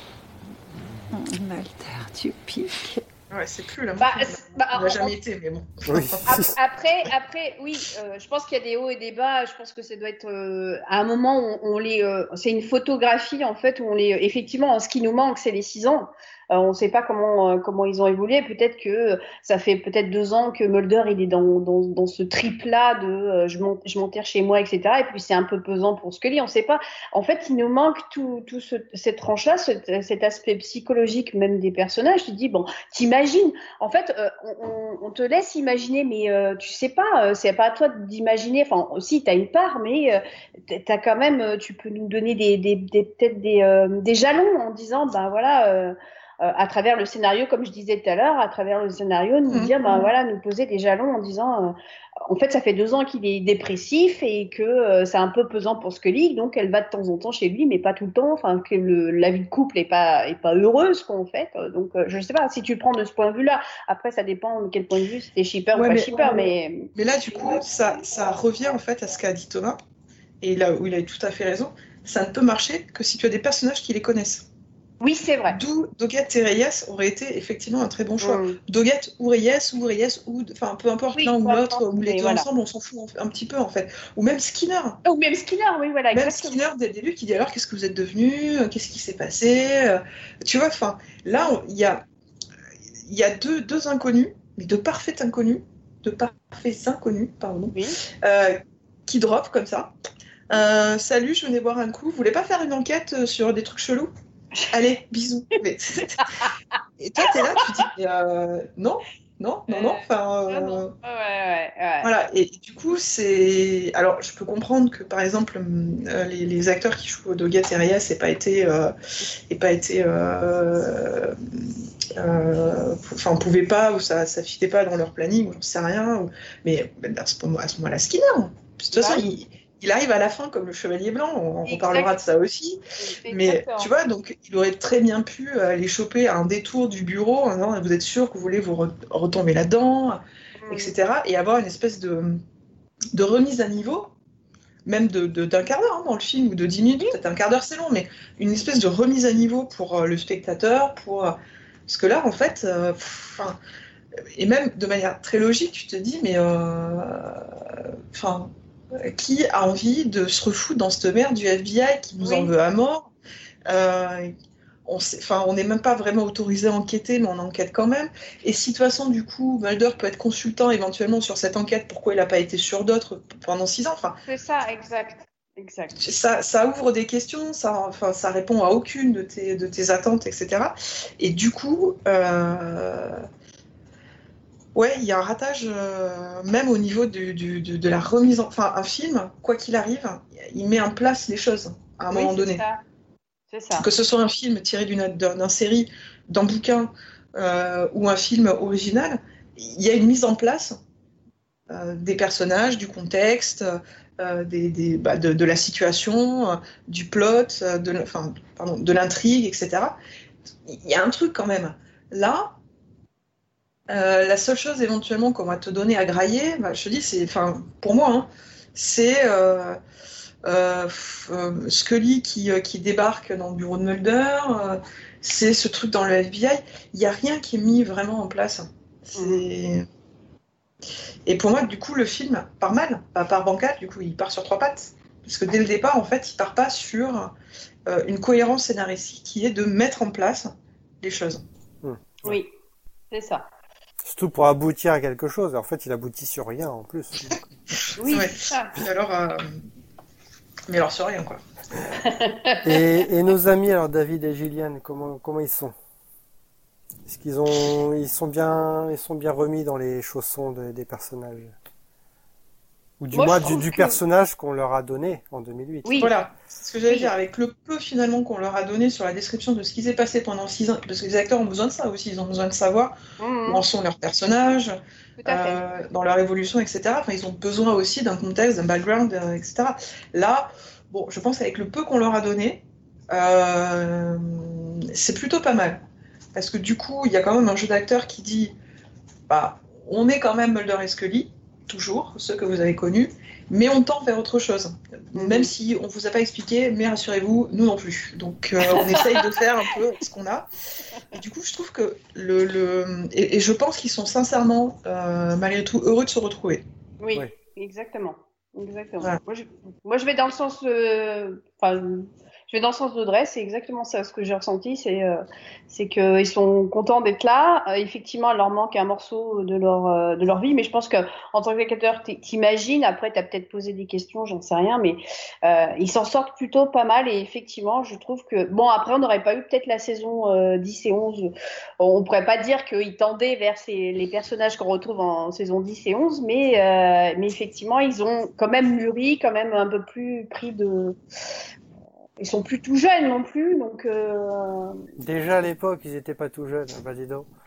Quoi. Mulder, tu piques. Ouais, c'est plus l'amour. Bah, fou. bah, Il en- n'a jamais été, mais bon. Oui. Après, après, oui, euh, je pense qu'il y a des hauts et des bas. Je pense que ça doit être euh, à un moment où on, on les, euh, c'est une photographie en fait où on les, effectivement, ce qui nous manque, c'est les six ans. Euh, on ne sait pas comment euh, comment ils ont évolué. Peut-être que ça fait peut-être deux ans que Mulder il est dans dans, dans ce trip-là de euh, je monte je m'enterre chez moi, et cetera. Et puis c'est un peu pesant pour Scully. On ne sait pas. En fait, il nous manque tout tout ce, cette tranche-là, ce, cet aspect psychologique même des personnages. Tu te dis bon, t'imagines. En fait, euh, on, on, on te laisse imaginer, mais euh, tu sais pas. Euh, c'est pas à toi d'imaginer. Enfin, aussi t'as une part, mais euh, t'as quand même. euh, Tu peux nous donner des des, des peut-être des euh, des jalons en disant ben voilà. Euh, Euh, à travers le scénario, comme je disais tout à l'heure, à travers le scénario, nous Mhm. dire, ben voilà, nous poser des jalons en disant, euh, en fait, ça fait deux ans qu'il est dépressif et que euh, c'est un peu pesant pour Scully, donc elle va de temps en temps chez lui, mais pas tout le temps, enfin que le, la vie de couple est pas est pas heureuse, quoi, en fait. Donc, euh, je sais pas si tu le prends de ce point de vue-là. Après, ça dépend de quel point de vue, si t'es shipper Ouais, ou pas mais- shipper, mais Mais là, du coup, ça, ça revient en fait à ce qu'a dit Thomas, et là où il a eu tout à fait raison, ça ne peut marcher que si tu as des personnages qui les connaissent. oui, c'est vrai. D'où Doggett et Reyes aurait été effectivement un très bon choix. Mm. Doggett ou Reyes, ou Reyes, ou enfin peu importe, Oui, l'un ou peu l'autre, importe, ou les mais deux voilà. ensemble, on s'en fout en- un petit peu en fait. Ou même Skinner. Ou même Skinner, oui, voilà, Même exactement. Skinner, dès le début, qui dit alors qu'est-ce que vous êtes devenu, qu'est-ce qui s'est passé. euh, Tu vois, enfin, là, on- il y a, il y a deux, deux inconnus, mais de parfaits inconnus, de parfaits inconnus, pardon, Oui. euh, qui drop comme ça. Euh, salut, je venais boire un coup. Vous voulez pas faire une enquête euh, sur des trucs chelous? Allez, bisous. Mais... Et toi, t'es là, tu dis mais, euh, non, non, non, non. Enfin, Ah non. euh, Ouais, ouais, ouais. voilà. Et du coup, c'est. Alors, je peux comprendre que par exemple, euh, les, les acteurs qui jouent Doggett et Reyes n'aient pas été, euh, aient pas été. Euh, euh, Enfin, on pouvait pas, ou ça, ça fitait pas dans leur planning, ou j'en sais rien. Ou... Mais à ce moment- à ce moment-là, Skinner. De toute façon, Bah. il, il arrive à la fin comme le Chevalier Blanc. On, on reparlera de ça aussi. Mais Exactement. tu vois, donc il aurait très bien pu euh, les choper à un détour du bureau en disant vous êtes sûr que vous voulez vous re- retomber là-dedans, Mm. et cetera. Et avoir une espèce de, de remise à niveau, même de, de- d'un quart d'heure hein, dans le film, ou de dix minutes, peut-être un quart d'heure c'est long, mais une espèce de remise à niveau pour euh, le spectateur, pour... euh, parce que là, en fait, euh, pff, 'fin, et même de manière très logique, tu te dis, mais... Enfin... qui a envie de se refoutre dans cette merde du F B I qui nous Oui. en veut à mort. Euh, on sait, enfin, on n'est même pas vraiment autorisé à enquêter, mais on enquête quand même. Et si de toute façon, du coup, Mulder peut être consultant éventuellement sur cette enquête, pourquoi il n'a pas été sur d'autres pendant six ans? Enfin, C'est ça, exact. Exact. ça, ça ouvre des questions, ça, enfin, ça répond à aucune de tes, de tes attentes, et cetera. Et du coup, euh, ouais, il y a un ratage, euh, même au niveau du, du, du- de la remise en... Enfin, un film, quoi qu'il arrive, il met en place les choses à un Oui, moment c'est donné. ça. C'est ça. Que ce soit un film tiré d'une d'un, d'un série, d'un bouquin, euh, ou un film original, il y a une mise en place euh, des personnages, du contexte, euh, des, des, bah, de, de la situation, euh, du plot, euh, de, l'- enfin, pardon, de l'intrigue, et cetera. Il y a un truc quand même. Là, euh, la seule chose éventuellement qu'on va te donner à grailler, bah, je te dis, c'est, enfin, pour moi, hein, c'est euh, euh, f- euh, Scully qui, euh, qui débarque dans le bureau de Mulder, euh, c'est ce truc dans le F B I. Il n'y a rien qui est mis vraiment en place. C'est... Et pour moi, du coup, le film part mal, pas part bancal, du coup, il part sur trois pattes. Parce que dès le départ, en fait, il part pas sur euh, une cohérence scénaristique qui est de mettre en place les choses. Oui, c'est ça. Surtout pour aboutir à quelque chose. En fait, il aboutit sur rien en plus. Oui, Ouais. c'est ça. Puis alors, euh, mais alors sur rien, quoi. Et, et nos amis, alors David et Gillian, comment, comment ils sont? Est-ce qu'ils ont, ils sont bien, ils sont bien remis dans les chaussons de, des personnages, ou du Moi, moins je du, trouve du que- personnage qu'on leur a donné en deux mille huit. Oui. Voilà, c'est ce que j'allais Oui. dire, avec le peu finalement qu'on leur a donné sur la description de ce qui s'est passé pendant six ans, parce que les acteurs ont besoin de ça aussi, ils ont besoin de savoir Mhm. où en sont leurs personnages, Tout à fait. euh, dans leur évolution, et cetera. Enfin, ils ont besoin aussi d'un contexte, d'un background, euh, et cetera. Là, bon, je pense qu'avec le peu qu'on leur a donné, euh, c'est plutôt pas mal. Parce que du coup, il y a quand même un jeu d'acteur qui dit, bah, on est quand même Mulder et Scully, toujours, ceux que vous avez connus, mais on tend vers autre chose. Même si on vous a pas expliqué, mais rassurez-vous, nous non plus. Donc euh, on essaye de faire un peu ce qu'on a. Et du coup, je trouve que le... le... Et, et je pense qu'ils sont sincèrement, euh, malgré tout, heureux de se retrouver. Oui, Ouais. exactement. Exactement. Voilà. Moi, je, moi, je vais dans le sens, euh, enfin, je vais dans le sens d'Audrey. C'est exactement ça ce que j'ai ressenti. C'est, euh, c'est que ils sont contents d'être là. Euh, effectivement, il leur manque un morceau de leur, euh, de leur vie, mais je pense que en tant que spectateur, t- t'imagines. Après, t'as peut-être posé des questions, j'en sais rien, mais euh, ils s'en sortent plutôt pas mal. Et effectivement, je trouve que bon, après, on n'aurait pas eu peut-être la saison euh, dix et onze. On pourrait pas dire qu'ils tendaient vers ces, les personnages qu'on retrouve en saison dix et onze, mais, euh, mais effectivement, ils ont quand même mûri, quand même un peu plus pris de... Ils sont plus tout jeunes non plus, donc... Euh... Déjà à l'époque, ils étaient pas tout jeunes, hein, bah dis donc.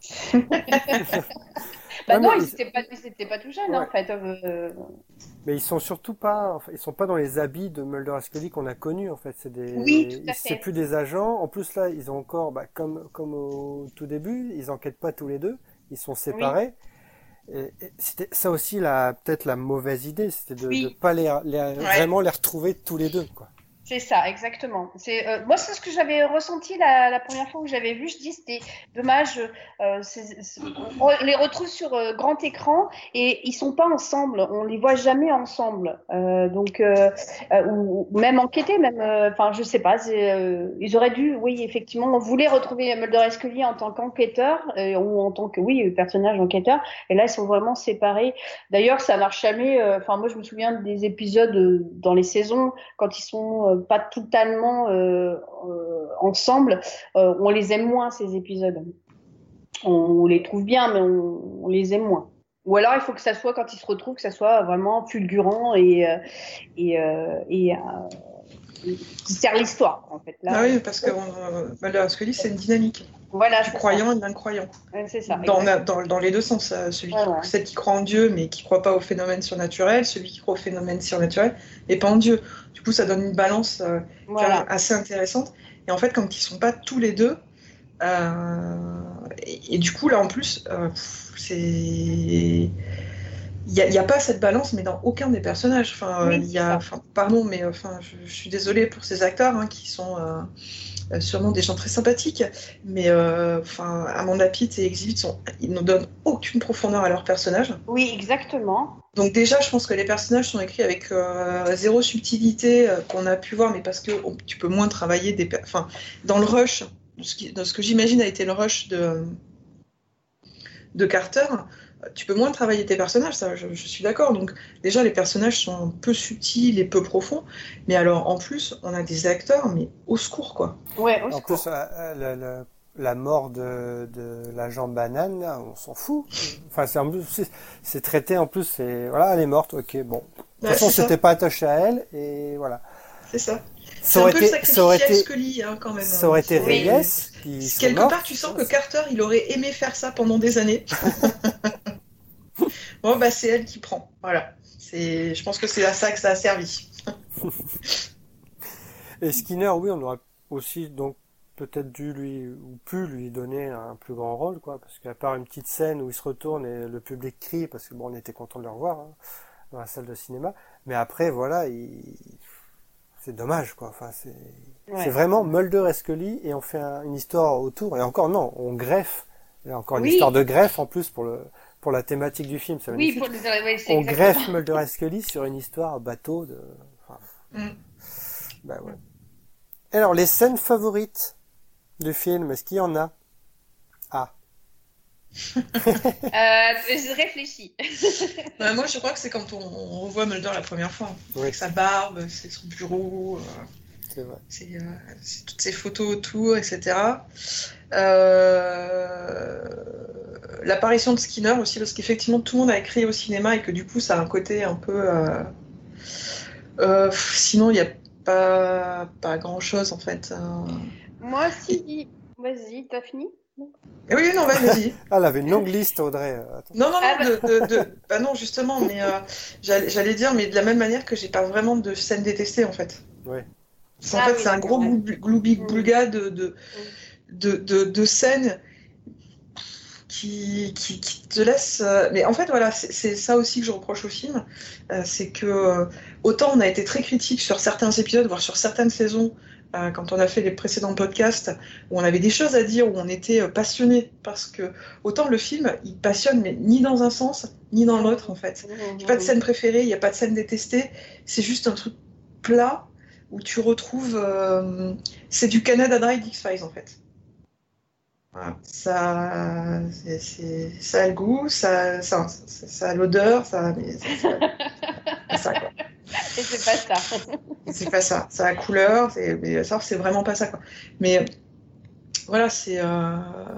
Bah Non, non, mais ils étaient pas, ils étaient pas tout jeunes, Ouais. hein, en fait. Euh... Mais ils sont surtout pas, enfin, ils sont pas dans les habits de Mulder et Scully qu'on a connus en fait. C'est des, Oui, tout à ils- fait. c'est plus des agents. En plus là, ils ont encore, bah, comme comme au tout début, ils enquêtent pas tous les deux. Ils sont séparés. Et, et c'était ça aussi la peut-être la mauvaise idée, c'était de Oui. ne pas les, les- vraiment les retrouver tous les deux quoi. C'est ça, exactement. C'est euh, moi, c'est ce que j'avais ressenti la, la première fois que j'avais vu. Je dis, c'était dommage. Euh, c'est- c'est- on les retrouve sur euh, grand écran et ils sont pas ensemble. On les voit jamais ensemble. Euh, donc, euh, euh, ou, ou même enquêter, même. Enfin, je sais pas. c'est, Euh, ils auraient dû, oui, effectivement, on voulait retrouver Mulder et Scully en tant qu'enquêteur euh, ou en tant que, oui, personnage enquêteur. Et là, ils sont vraiment séparés. D'ailleurs, ça marche jamais. Enfin, moi, je me souviens des épisodes euh, dans les saisons quand ils sont euh, pas totalement euh, euh, ensemble, euh, on les aime moins ces épisodes. On, on les trouve bien, mais on, on les aime moins. Ou alors il faut que ça soit quand ils se retrouvent, que ça soit vraiment fulgurant et euh, et euh, et, euh, et qui sert l'histoire en fait. Là, Ah oui, parce que euh, Mulder et Scully, c'est une dynamique. voilà, Du c'est croyant et de l'incroyant. ça. Ouais, c'est ça. Dans, exactement. dans, dans les deux sens, euh, celui Ouais, qui, ouais. celle qui croit en Dieu mais qui croit pas au phénomène surnaturel, celui qui croit au phénomène surnaturel et pas en Dieu. Du coup, ça donne une balance euh, Voilà. assez intéressante. Et en fait, quand ils sont pas tous les deux, euh, et, et du coup, là en plus, euh, pff, c'est. Il n'y a, il y a pas cette balance, mais dans aucun des personnages. Enfin, Oui, euh, il y a, c'est enfin, pardon, mais enfin, je, je suis désolée pour ces acteurs hein, qui sont euh, euh, sûrement des gens très sympathiques, mais euh, enfin, Amanda Pitt et Exhibit sont, ils ne donnent aucune profondeur à leurs personnages. Oui, exactement. Donc déjà, je pense que les personnages sont écrits avec euh, zéro subtilité euh, qu'on a pu voir, mais parce que on- tu peux moins travailler des, per- enfin, dans le rush, de ce, qui- de ce que j'imagine a été le rush de de Carter, tu peux moins travailler tes personnages, ça, je, je suis d'accord. Donc déjà, les personnages sont peu subtils et peu profonds, mais alors en plus, on a des acteurs, mais au secours quoi. Ouais, au En secours. plus, euh, euh, la, la, la mort de, de l'agent Banane, là, on s'en fout. Enfin, c'est, en plus, c'est, c'est traité en plus, c'est voilà, elle est morte, ok, bon. De toute Ouais, façon, c'est ça. c'était pas attaché à elle et voilà. C'est ça. C'est Ça un aurait peu le été, ça aurait sacrificiel été, Scully hein, quand même. ça aurait été Oui. Reyes qui serait Quelque morte. part, tu sens que Carter, il aurait aimé faire ça pendant des années. Bon, bah c'est elle qui prend. Voilà. C'est, je pense que c'est à ça que ça a servi. Et Skinner, oui, on aurait aussi donc peut-être dû lui ou pu lui donner un plus grand rôle, quoi, parce qu'à part une petite scène où il se retourne et le public crie, parce que bon, on était content de le revoir hein, dans la salle de cinéma, mais après, voilà, il... c'est dommage, quoi. Enfin, c'est, Ouais. c'est vraiment Mulder et Scully et on fait un- une histoire autour. Et encore non, on greffe. Il y a encore une Oui. histoire de greffe en plus pour le pour la thématique du film. C'est Oui, magnifique. pour les ouais, c'est On exactement. greffe Mulder et Scully sur une histoire bateau de. Enfin, Mm. bah ouais. Alors les scènes favorites du film, est-ce qu'il y en a? Ah. Euh, je réfléchis. Bah, moi, je crois que c'est quand on, on revoit Mulder la première fois. Oui. Avec sa barbe, c'est son bureau. euh, C'est vrai. C'est, euh, c'est toutes ces photos autour, et cetera. Euh, L'apparition de Skinner aussi, parce qu'effectivement tout le monde a écrit au cinéma et que du coup ça a un côté un peu. Euh... Euh, sinon, il n'y a pas, pas grand chose en fait. Euh... Moi, si. Vas-y, t'as fini? Eh oui, non, vas-y. Ah, elle avait une longue liste, Audrey. Attends. Non, non, non, Ah bah... de, de, de... Bah non, justement, mais euh, j'allais, j'allais dire, mais de la même manière que j'ai pas vraiment de scène détestée en fait. Ouais. En ah, fait, oui, c'est un gros gloubi-boulga de, de, de, de, de scènes qui, qui, qui te laissent. Euh... Mais en fait, voilà, c'est, c'est ça aussi que je reproche au film. Euh, c'est que euh, autant on a été très critique sur certains épisodes, voire sur certaines saisons. Euh, quand on a fait les précédents podcasts où on avait des choses à dire, où on était euh, passionné, parce que autant le film il passionne, mais ni dans un sens ni dans l'autre en fait. Il n'y a pas de scène préférée, il n'y a pas de scène détestée, c'est juste un truc plat où tu retrouves euh, c'est du Canada Dry d'X-Files en fait. Voilà. Ça, c'est, c'est, ça a le goût, ça, ça, ça, ça a l'odeur, ça, mais ça, ça, c'est ça quoi. Et c'est pas ça. C'est pas ça. Ça a la couleur, c'est, mais ça, c'est vraiment pas ça, quoi. Mais voilà, c'est. Euh...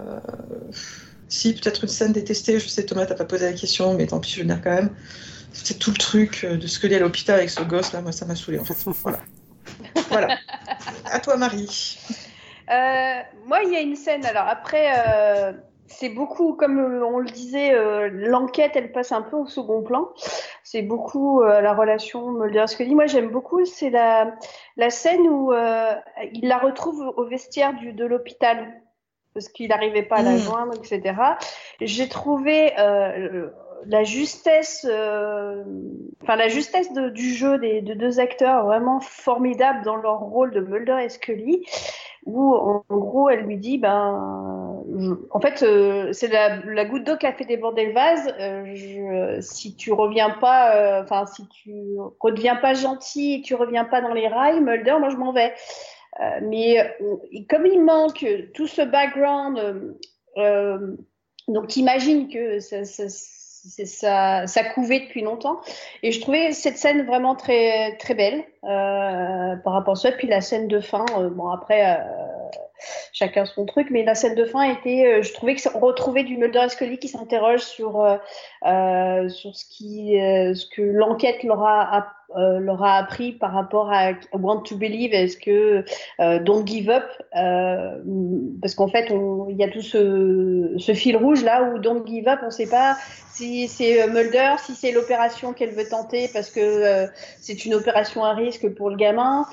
Si, peut-être une scène détestée, je sais, Thomas, t'as pas posé la question, mais tant pis, je vais venir quand même. C'est tout le truc de ce que dit à l'hôpital avec ce gosse, là, moi, ça m'a saoulé, en fait. Voilà. Voilà. À toi, Marie. Euh, moi, il y a une scène, alors après. Euh... C'est beaucoup, comme on le disait, euh, l'enquête, elle passe un peu au second plan. C'est beaucoup euh, la relation Mulder-Scully. Moi, j'aime beaucoup, c'est la, la scène où euh, il la retrouve au vestiaire du, de l'hôpital parce qu'il n'arrivait pas à la joindre, et cetera. J'ai trouvé euh, la justesse, euh, enfin la justesse de, du jeu des de deux acteurs vraiment formidable dans leur rôle de Mulder et Scully. Où en, en gros elle lui dit ben je, en fait euh, c'est la, la goutte d'eau qui a fait déborder le vase, euh, je, si tu reviens pas enfin euh, si tu redeviens pas gentil et tu reviens pas dans les rails Mulder, moi je m'en vais. Euh, mais euh, comme il manque tout ce background euh, euh, donc t'imagines que ça, ça c'est ça, ça couvait depuis longtemps et je trouvais cette scène vraiment très très belle euh, par rapport à ça. Puis la scène de fin, euh, bon après euh, chacun son truc, mais la scène de fin était, euh, je trouvais que on retrouvait du Mulder et Scully qui s'interroge sur euh, euh, sur ce qui euh, ce que l'enquête leur a euh, leur a appris par rapport à Want to Believe, est-ce que euh, Don't Give Up, euh, parce qu'en fait il y a tout ce ce fil rouge là où Don't Give Up, on sait pas si c'est Mulder, si c'est l'opération qu'elle veut tenter parce que euh, c'est une opération à risque pour le gamin.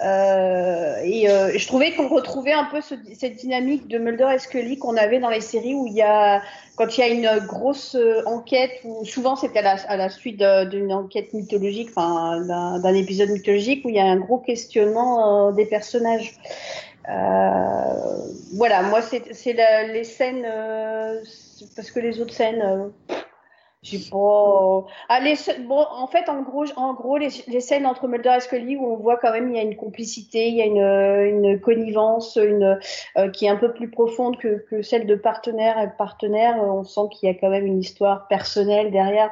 Euh, et, euh, et je trouvais qu'on retrouvait un peu ce, cette dynamique de Mulder et Scully qu'on avait dans les séries où il y a, quand il y a une grosse enquête, où souvent c'était à la, à la suite de, d'une enquête mythologique, enfin d'un, d'un épisode mythologique où il y a un gros questionnement euh, des personnages. Euh, voilà, moi c'est, c'est la, les scènes, euh, parce que les autres scènes. Euh, J'ai pas. Ah, les... bon, en fait, en gros, en gros, les, les scènes entre Mulder et Scully où on voit quand même il y a une complicité, il y a une, une connivence, une euh, qui est un peu plus profonde que, que celle de partenaire et partenaire. On sent qu'il y a quand même une histoire personnelle derrière.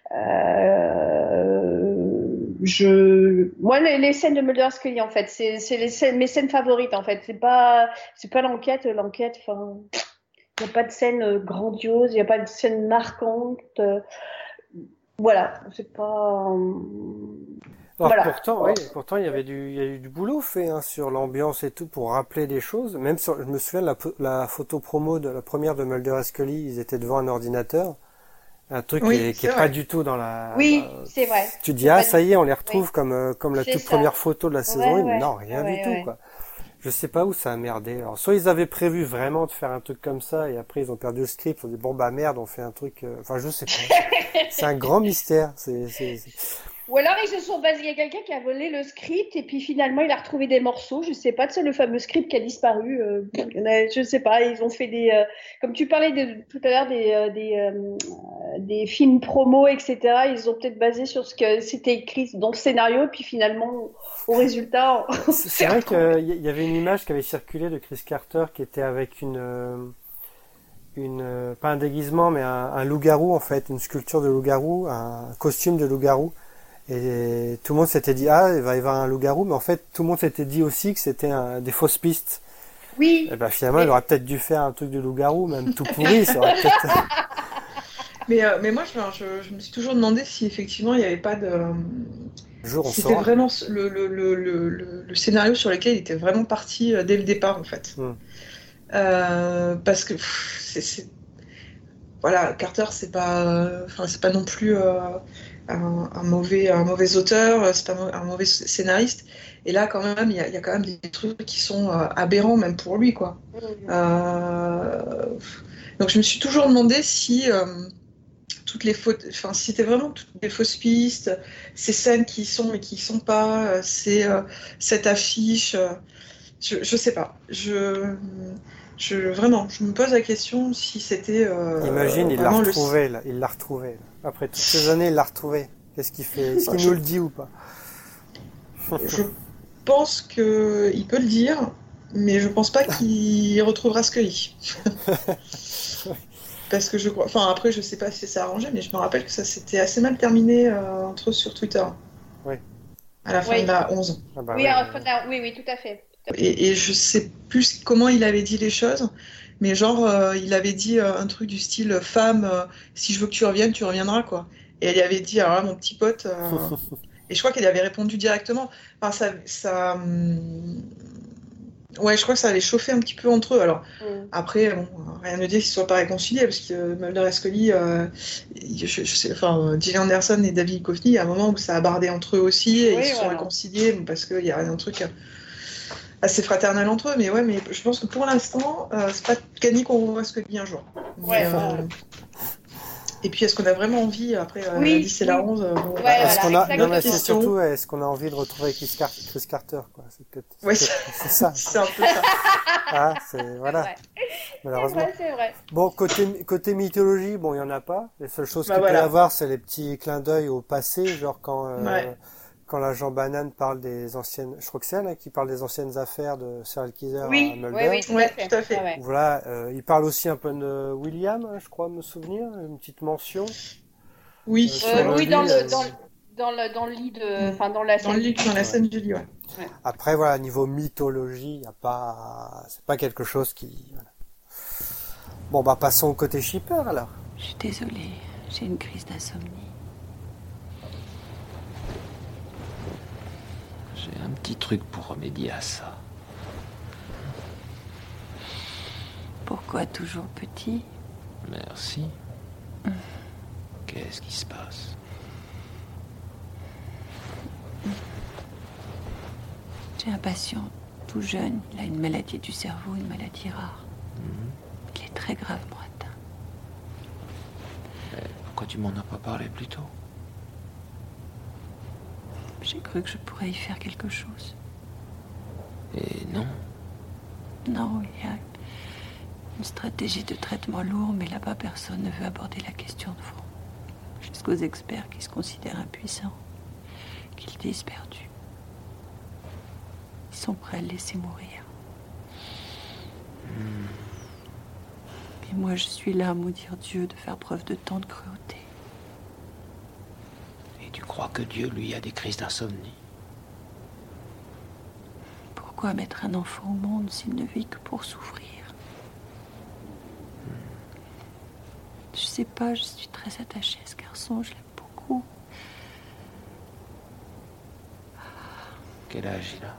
Euh... Je, moi, les, les scènes de Mulder et Scully, en fait, c'est, c'est les scènes, mes scènes favorites, en fait. C'est pas, c'est pas l'enquête, l'enquête, enfin. Il n'y a pas de scène grandiose, il n'y a pas de scène marquante. Euh, voilà, c'est pas. Euh, Alors voilà. pourtant, oui, pourtant il y avait du, il y a eu du boulot fait hein, sur l'ambiance et tout pour rappeler des choses. Même sur, je me souviens de la, la photo promo de la première de Mulder et Scully, ils étaient devant un ordinateur, un truc oui, qui est, qui est pas du tout dans la. Oui, dans, c'est vrai. Tu dis ah ça y est, on les retrouve oui. comme comme la c'est toute ça. première photo de la saison ouais, un. Ouais. Non, rien ouais, du ouais. tout quoi. Je sais pas où ça a merdé. Alors, soit ils avaient prévu vraiment de faire un truc comme ça, et après ils ont perdu le script, ils ont dit bon bah merde, on fait un truc. Euh... Enfin, je sais pas. C'est un grand mystère. C'est, c'est, c'est... Ou alors ils se sont basés, il y a quelqu'un qui a volé le script et puis finalement il a retrouvé des morceaux, je sais pas, c'est le fameux script qui a disparu. Euh, je sais pas, ils ont fait des, euh, comme tu parlais de, tout à l'heure des euh, des, euh, des films promo, et cetera. Ils ont peut-être basé sur ce que c'était écrit dans le scénario, puis finalement au résultat. On... c'est, c'est vrai qu'il y avait une image qui avait circulé de Chris Carter qui était avec une euh, une euh, pas un déguisement mais un, un loup-garou en fait, une sculpture de loup-garou, un costume de loup-garou. Et tout le monde s'était dit, ah, il va y avoir un loup-garou, mais en fait, tout le monde s'était dit aussi que c'était un, des fausses pistes. Oui. Et ben finalement, mais... il aurait peut-être dû faire un truc de loup-garou, même tout pourri, ça aurait peut-être... Mais, euh, mais moi, je, je, je me suis toujours demandé si effectivement il n'y avait pas de... Jour, on C'était saura. vraiment le, le, le, le, le scénario sur lequel il était vraiment parti dès le départ, en fait. Mm. Euh, parce que pff, c'est, c'est... voilà, Carter, c'est pas, enfin, c'est pas non plus euh, un, un mauvais, un mauvais auteur, c'est pas un mauvais scénariste. Et là, quand même, il y a, il y a quand même des trucs qui sont euh, aberrants, même pour lui, quoi. Mm. Euh... Donc, je me suis toujours demandé si euh, toutes les fautes, enfin, si c'était vraiment toutes les fausses pistes, ces scènes qui sont mais qui sont pas, c'est euh, cette affiche. Euh, je, je sais pas. Je Je, vraiment, je me pose la question si c'était. Euh, Imagine, il l'a le... retrouvé, là. Il l'a retrouvé. Là. Après toutes ces années, il l'a retrouvé. Qu'est-ce qu'il fait? Est-ce qu'il je... nous le dit ou pas? Je pense qu'il peut le dire, mais je pense pas qu'il retrouvera Scully. Parce que je crois. Enfin, après, je sais pas si c'est arrangé, mais je me rappelle que ça s'était assez mal terminé euh, entre eux sur Twitter. Oui. À la fin oui. de la onze. Ah bah oui, oui, oui. oui, oui, tout à fait. Et, et je sais plus comment il avait dit les choses, mais genre, euh, il avait dit euh, un truc du style « Femme, euh, si je veux que tu reviennes, tu reviendras, quoi. » Et elle avait dit « Alors là, mon petit pote... Euh... » Et je crois qu'elle avait répondu directement. Enfin, ça... ça hum... Ouais, je crois que ça allait chauffer un petit peu entre eux. Alors, mm. après, bon, rien ne dit qu'ils ne soient pas réconciliés, parce que Mulder et Scully, euh, je, je sais, enfin, Gillian Anderson et David Duchovny, il y a un moment où ça a bardé entre eux aussi, et oui, ils se voilà. sont réconciliés, parce qu'il y a un truc assez fraternel entre eux. Mais ouais, mais je pense que pour l'instant, euh, c'est pas gagné qu'on revoit Scully un jour. Ouais, mais, euh, et puis, est-ce qu'on a vraiment envie, après euh, oui, la dix et la onze euh, bon, ouais, voilà, est-ce qu'on a... Non, mais question. c'est surtout, est-ce qu'on a envie de retrouver Chris, Car... Chris Carter, quoi. C'est peut-être... C'est, ouais, peut-être... c'est ça. C'est un peu ça. Ah, c'est... Voilà. C'est malheureusement. vrai, c'est vrai. Bon, côté, côté mythologie, bon, il y en a pas. Les seules choses bah, qu'il voilà. peut y avoir, c'est les petits clins d'œil au passé, genre quand... Euh... Ouais. Quand l'agent Banane parle des anciennes, je crois que c'est elle hein, qui parle des anciennes affaires de Serial Killer oui, à Mulder. Oui, oui, tout à fait. Tout à fait. Ouais. Voilà, euh, il parle aussi un peu de William, je crois me souvenir, une petite mention. Oui, euh, euh, oui, lit, dans le euh, dans, dans le dans le lit de, enfin dans la dans scène. le lit, dans la scène du lit, ouais. ouais. Après voilà, niveau mythologie, y a pas, c'est pas quelque chose qui. Voilà. Bon bah passons au côté shipper alors. Je suis désolée, j'ai une crise d'insomnie. J'ai un petit truc pour remédier à ça. Pourquoi toujours petit? Merci. Mmh. Qu'est-ce qui se passe? J'ai un patient tout jeune. Il a une maladie du cerveau, une maladie rare. Mmh. Il est très gravement atteint. Mais pourquoi tu m'en as pas parlé plus tôt? J'ai cru que je pourrais y faire quelque chose. Et non? Non, il y a une stratégie de traitement lourd, mais là-bas, personne ne veut aborder la question de fond. Jusqu'aux experts qui se considèrent impuissants, qui le disent perdu. Ils sont prêts à le laisser mourir. Hmm. Et moi, je suis là à maudire Dieu de faire preuve de tant de cruauté. Tu crois que Dieu, lui, a des crises d'insomnie? Pourquoi mettre un enfant au monde s'il ne vit que pour souffrir? hmm. Je sais pas, je suis très attachée à ce garçon, je l'aime beaucoup. Quel âge il a?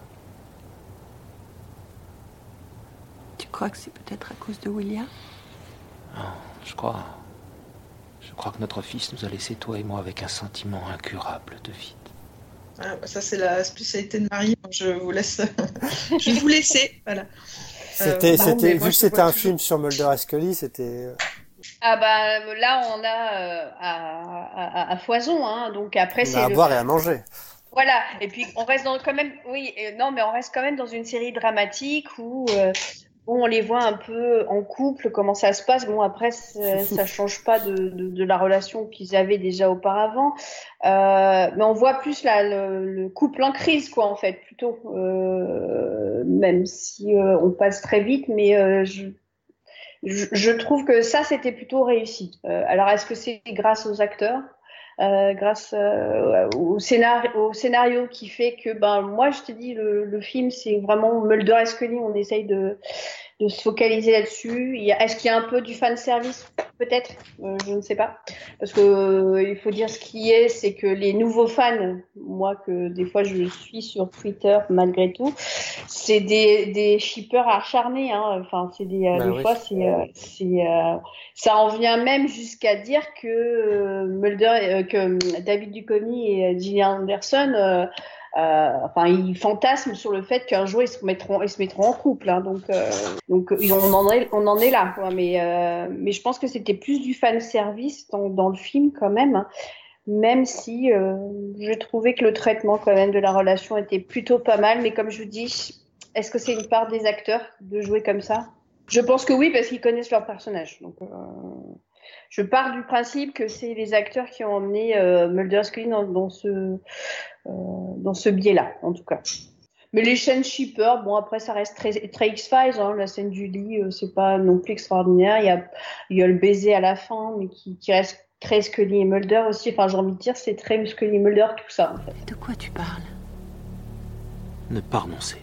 Tu crois que c'est peut-être à cause de William? Non, je crois... Je crois que notre fils nous a laissé, toi et moi, avec un sentiment incurable de vide. Ah, ça, c'est la spécialité de Marie. Je vous laisse. Je vais vous laisser. Voilà. C'était, euh, c'était, non, vu que c'était un film sur Mulder et Scully, c'était. Ah bah là, on a euh, à, à, à foison, hein. Donc après, on c'est. a à le... boire et à manger. Voilà. Et puis on reste dans quand même. Oui, non, mais on reste quand même dans une série dramatique où. Euh... Bon, on les voit un peu en couple, comment ça se passe. Bon, après, ça change pas de, de, de la relation qu'ils avaient déjà auparavant. Euh, mais on voit plus là, le, le couple en crise, quoi, en fait, plutôt. Euh, même si euh, on passe très vite, mais euh, je, je, je trouve que ça, c'était plutôt réussi. Euh, alors, est-ce que c'est grâce aux acteurs? euh, grâce euh, au, scénario, au scénario qui fait que, ben, moi, je te dis, le, le film, c'est vraiment Mulder et Scully. On essaye de, de se focaliser là-dessus. Il y a, est-ce qu'il y a un peu du fan service? Peut-être, euh, je ne sais pas. Parce que euh, il faut dire ce qui est, c'est que les nouveaux fans, moi que des fois je suis sur Twitter malgré tout, c'est des, des shippers acharnés. Hein. Enfin, c'est des, euh, bah, des oui. fois, c'est, euh, c'est, euh, ça en vient même jusqu'à dire que euh, Mulder, euh, que David Duchovny et Gillian Anderson. Euh, Euh, enfin, ils fantasment sur le fait qu'un jour ils se mettront, ils se mettront en couple. Hein, donc, euh, donc, on en est, on en est là. Quoi, mais, euh, mais je pense que c'était plus du fan service dans, dans le film quand même. Hein, même si euh, je trouvais que le traitement quand même de la relation était plutôt pas mal. Mais comme je vous dis, est-ce que c'est une part des acteurs de jouer comme ça? Je pense que oui, parce qu'ils connaissent leur personnage. Donc. Euh... Je pars du principe que c'est les acteurs qui ont emmené euh, Mulder et Scully dans, dans ce euh, dans ce biais-là, en tout cas. Mais les chaînes shippers, bon après ça reste très, très X-Files, hein, la scène du lit, euh, c'est pas non plus extraordinaire. Il y a il y a le baiser à la fin, mais qui, qui reste très Scully et Mulder aussi. Enfin, j'ai envie de dire, c'est très Scully et Mulder tout ça. En fait. De quoi tu parles? Ne pas renoncer.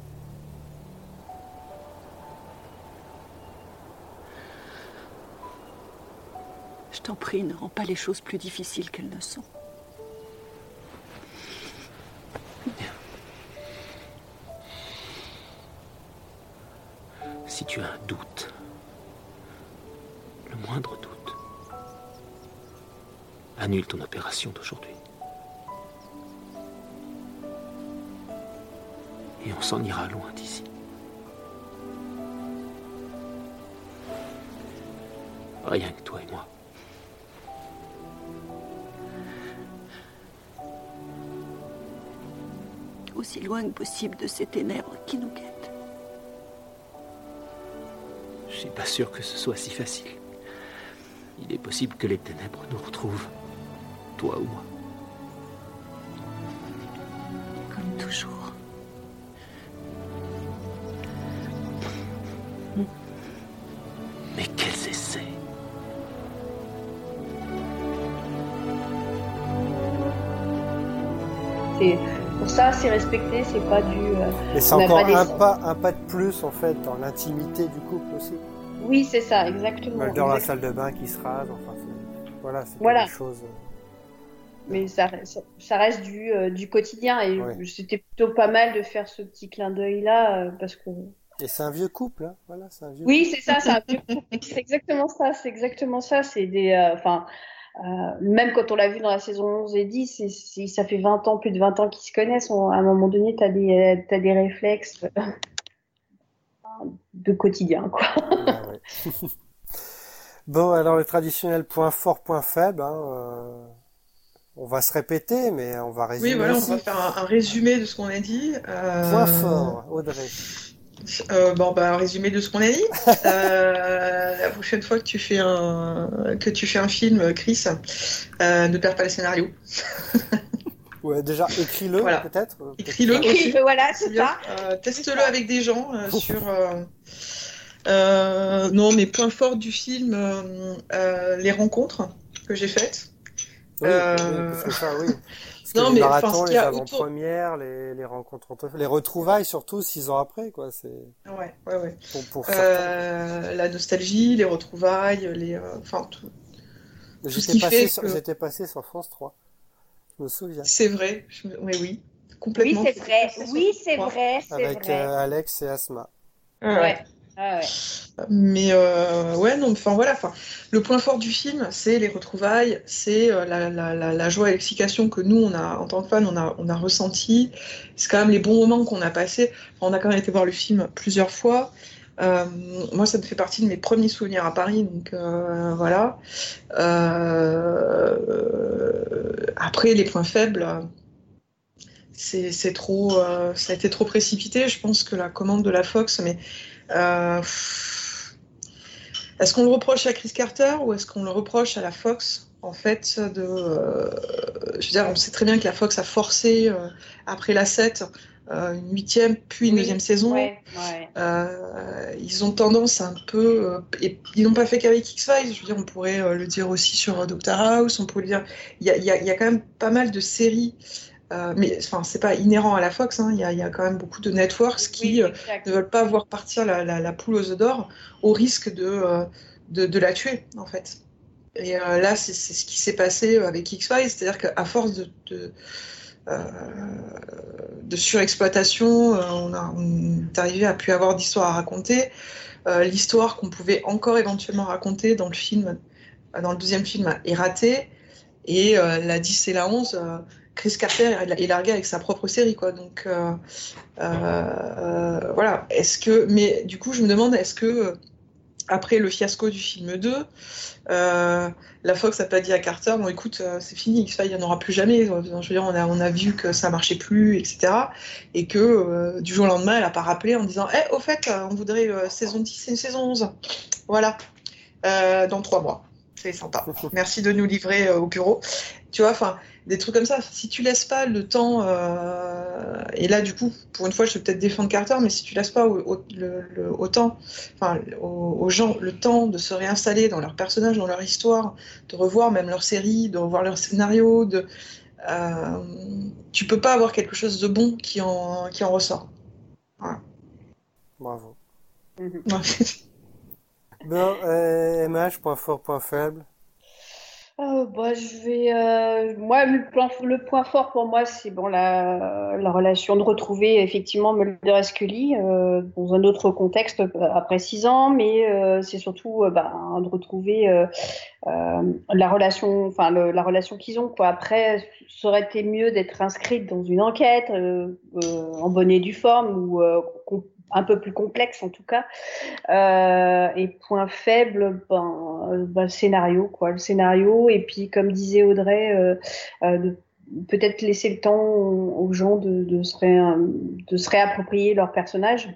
Je t'en prie, ne rends pas les choses plus difficiles qu'elles ne sont. Bien. Si tu as un doute, le moindre doute, annule ton opération d'aujourd'hui. Et on s'en ira loin d'ici. Rien que toi et moi. Aussi loin que possible de ces ténèbres qui nous guettent. Je suis pas sûr que ce soit si facile. Il est possible que les ténèbres nous retrouvent, toi ou moi. Comme toujours. Mais quels essais! C'est... Pour ça, c'est respecté, c'est pas du. Euh, Et c'est encore un pas, un pas de plus en fait dans l'intimité du couple aussi. Oui, c'est ça, exactement. Mulder exactement. dans la salle de bain qui se rase, enfin, c'est... voilà, c'est voilà. quelque chose. Mais ça, ça, ça reste du, euh, du quotidien et ouais. C'était plutôt pas mal de faire ce petit clin d'œil là euh, parce que. Et c'est un vieux couple, hein. Voilà, c'est un vieux. Oui, couple. c'est ça, c'est un vieux couple. C'est exactement ça, c'est exactement ça. C'est des, enfin. Euh, Euh, même quand on l'a vu dans la saison onze et dix, c'est, c'est, ça fait vingt ans, plus de vingt ans qu'ils se connaissent. On, à un moment donné, t'as des, t'as des réflexes de quotidien, quoi. Ah ouais. Bon, alors le traditionnel point fort, point faible. Hein, euh, on va se répéter, mais on va résumer. Oui, voilà, aussi. on va faire un, un résumé de ce qu'on a dit. Euh... Point fort, Audrey. Euh, bon, bah, résumé de ce qu'on a dit. Euh, la prochaine fois que tu fais un, que tu fais un film, Chris, euh, ne perds pas le scénario. Ouais, déjà, écris-le, voilà. peut-être. Écris-le. Écris-le, voilà, c'est, c'est ça. Euh, teste-le avec des gens euh, sur. Euh, euh, non, mais point fort du film, euh, euh, les rencontres que j'ai faites. Oui, euh... oui, parce que ça, oui. Parce que non, les mais, marathons, les avant-premières, autour... les, les rencontres entre... les retrouvailles surtout six ans après, quoi. C'est... Ouais, ouais, ouais. Pour, pour euh, la nostalgie, les retrouvailles, les, euh, enfin tout. tout j'étais, ce qui passé fait sur, que... j'étais passé sur France trois. Je me souviens. C'est vrai. Je me... Oui, oui, complètement. Oui, c'est vrai. Oui, c'est vrai. C'est Avec vrai. Euh, Alex et Asma. Ouais. ouais. Ah ouais. Mais euh, ouais, non, enfin voilà. Enfin, le point fort du film, c'est les retrouvailles, c'est euh, la, la, la, la joie et l'excitation que nous, on a en tant que fans, on a, on a ressenti. C'est quand même les bons moments qu'on a passés. Enfin, on a quand même été voir le film plusieurs fois. Euh, moi, ça me fait partie de mes premiers souvenirs à Paris, donc euh, voilà. Euh, après, les points faibles. C'est, c'est trop, euh, ça a été trop précipité. Je pense que la commande de la Fox, mais euh, est-ce qu'on le reproche à Chris Carter ou est-ce qu'on le reproche à la Fox en fait de, euh, je veux dire, on sait très bien que la Fox a forcé euh, après la sept euh, une huitième, puis une Oui, deuxième saison. ouais, ouais. Euh, ils ont tendance un peu, euh, et ils n'ont pas fait qu'avec X-Files, je veux dire, on pourrait euh, le dire aussi sur euh, Doctor House, on pourrait le dire, il y a, il y a, il y a quand même pas mal de séries, euh, mais enfin, c'est pas inhérent à la Fox, hein, il y a, il y a quand même beaucoup de networks qui Oui, euh, exact. ne veulent pas voir partir la, la, la poule aux œufs d'or au risque de, euh, de, de la tuer, en fait. Et euh, là, c'est, c'est ce qui s'est passé avec X-Files, c'est-à-dire qu'à force de, de Euh, de surexploitation, euh, on, a, on est arrivé à plus avoir d'histoire à raconter. Euh, l'histoire qu'on pouvait encore éventuellement raconter dans le film, dans le deuxième film, est ratée. Et euh, la dix et la onze, euh, Chris Carter est largué avec sa propre série, quoi. Donc euh, euh, voilà. Est-ce que, mais du coup, je me demande, est-ce que après le fiasco du film deux, euh, la Fox n'a pas dit à Carter, bon écoute, euh, c'est fini, X-Files, il n'y en aura plus jamais. Je veux dire, on a, on a vu que ça marchait plus, et cetera. Et que euh, du jour au lendemain, elle n'a pas rappelé en disant, eh, au fait, on voudrait euh, saison dix et saison onze. Voilà. Euh, dans trois mois. C'est sympa. Merci de nous livrer euh, au bureau. Tu vois, enfin, des trucs comme ça. Si tu laisses pas le temps, euh, et là, du coup, pour une fois, je vais peut-être défendre Carter, mais si tu laisses pas au, au, le, le, autant, enfin, aux, aux gens le temps de se réinstaller dans leurs personnages, dans leur histoire, de revoir même leur série, de revoir leur scénario, de, euh, tu peux pas avoir quelque chose de bon qui en, qui en ressort. Voilà. Bravo. Mm-hmm. Bon, euh, M H, point fort, point faible. Oh, bah, je vais. Euh, moi, le point, le point fort pour moi, c'est bon la, la relation de retrouver effectivement Mulder et Scully euh, dans un autre contexte après six ans, mais euh, c'est surtout euh, bah, de retrouver euh, euh, la relation, enfin le, la relation qu'ils ont. Quoi. Après, ça aurait été mieux d'être inscrite dans une enquête euh, euh, en bonne et due forme ou euh, un peu plus complexe en tout cas. Euh, et point faible, ben, ben, le scénario, quoi, le scénario. Et puis, comme disait Audrey, euh, euh, de peut-être laisser le temps aux, aux gens de, de, se ré, de se réapproprier leur personnage.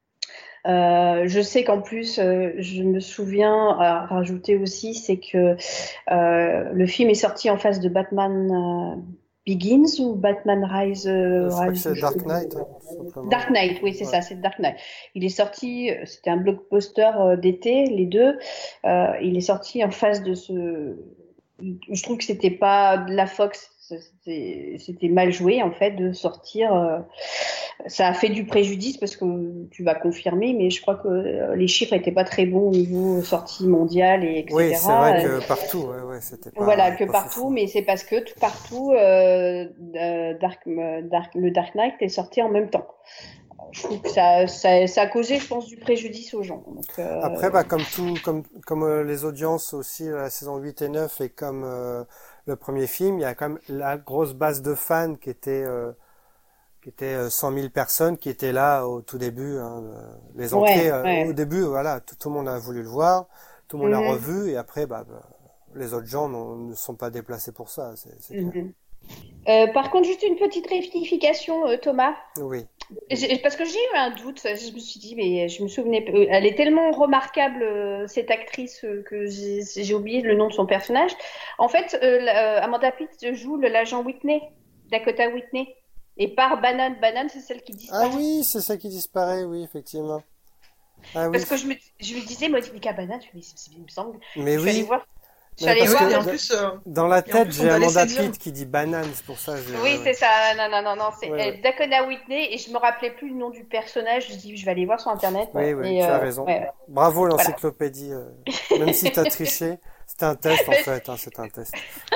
Euh, je sais qu'en plus, euh, je me souviens à rajouter aussi, c'est que euh, le film est sorti en face de Batman euh, Begins ou Batman Rise. Euh, je crois Rise que c'est Dark Knight. Hein, Dark Knight, oui, c'est ouais. ça, c'est Dark Knight. Il est sorti, c'était un blockbuster euh, d'été, les deux. Euh, il est sorti en face de ce. Je trouve que c'était pas de la Fox. C'était, c'était mal joué en fait de sortir. Euh, ça a fait du préjudice parce que tu vas confirmer, mais je crois que les chiffres étaient pas très bons au niveau sortie mondiale et etc. Oui, c'est vrai que partout, ouais, ouais, c'était pas. Voilà, que pas partout, foufou. mais c'est parce que tout partout, euh, Dark, Dark, le Dark Knight est sorti en même temps. Je trouve que ça, ça, ça a causé, je pense, du préjudice aux gens. Donc, euh... Après, bah, comme tout, comme, comme euh, les audiences aussi, la saison huit et neuf, et comme euh, le premier film, il y a quand même la grosse base de fans qui était, euh, qui était euh, cent mille personnes qui étaient là au tout début. Hein, les entrées, ouais, ouais. Euh, au début, voilà, tout, tout le monde a voulu le voir, tout le monde mm-hmm. l'a revu, et après, bah, bah les autres gens ne sont pas déplacés pour ça, c'est, c'est mm-hmm. clair. Euh, par contre, juste une petite rectification, euh, Thomas. Oui. J'ai, parce que j'ai eu un doute, je me suis dit, mais je me souvenais, elle est tellement remarquable, euh, cette actrice, euh, que j'ai, j'ai oublié le nom de son personnage. En fait, euh, Amanda Pitt joue le, l'agent Whitney, Dakota Whitney. Et par Banane, Banane, c'est celle qui disparaît. Ah oui, c'est celle qui disparaît, oui, effectivement. Ah, parce oui. que je me, je me disais, Monica Banane, je me, il me semble. Mais je oui. suis allée voir. Je suis allée voir. Et en plus, euh, dans la tête, plus, j'ai Amanda Pitt qui dit banane, c'est pour ça. J'ai... Oui, ouais, c'est ouais. ça. Non, non, non, non. C'est ouais, ouais. Dakota Whitney et je me rappelais plus le nom du personnage. Je dis, je vais aller voir sur internet. Oui, oui, et, tu euh, as raison. Ouais, ouais. Bravo l'encyclopédie. Voilà. Euh, même si t'as triché, c'était un test en fait. Hein, c'était un test.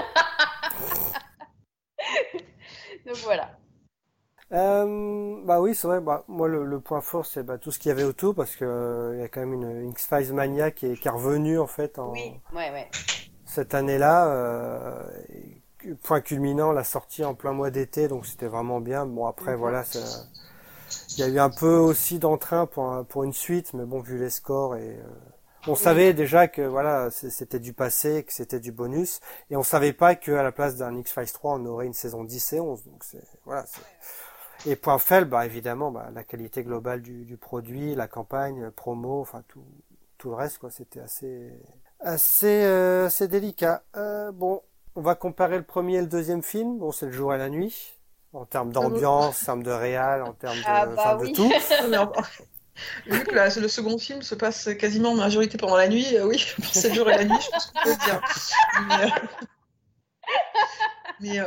Donc voilà. Euh, bah oui, c'est vrai. Bah, moi, le, le point fort, c'est bah, tout ce qu'il y avait autour, parce que il euh, y a quand même une, une X-Files mania qui est, qui est revenue en fait en oui, ouais, ouais. cette année-là. Euh, et, point culminant, la sortie en plein mois d'été, donc c'était vraiment bien. Bon après, mm-hmm. voilà, il y a eu un peu aussi d'entrain pour un, pour une suite, mais bon, vu les scores et euh, on oui. savait déjà que voilà, c'était du passé, que c'était du bonus, et on savait pas qu'à la place d'un X-Files trois, on aurait une saison dix et onze. Donc c'est voilà. C'est... Et point faible, bah évidemment, bah, la qualité globale du, du produit, la campagne, promo, enfin tout, tout le reste, quoi. C'était assez, assez, euh, assez délicat. Euh, bon, on va comparer le premier et le deuxième film. Bon, c'est le jour et la nuit. En termes d'ambiance, en termes de réal, en termes de, Ah bah enfin, oui. de tout. Mais en- Vu que la- le second film se passe quasiment en majorité pendant la nuit, euh, oui, pour sept jours et la nuit, je pense qu'on peut le dire. Mais, euh, mais, euh,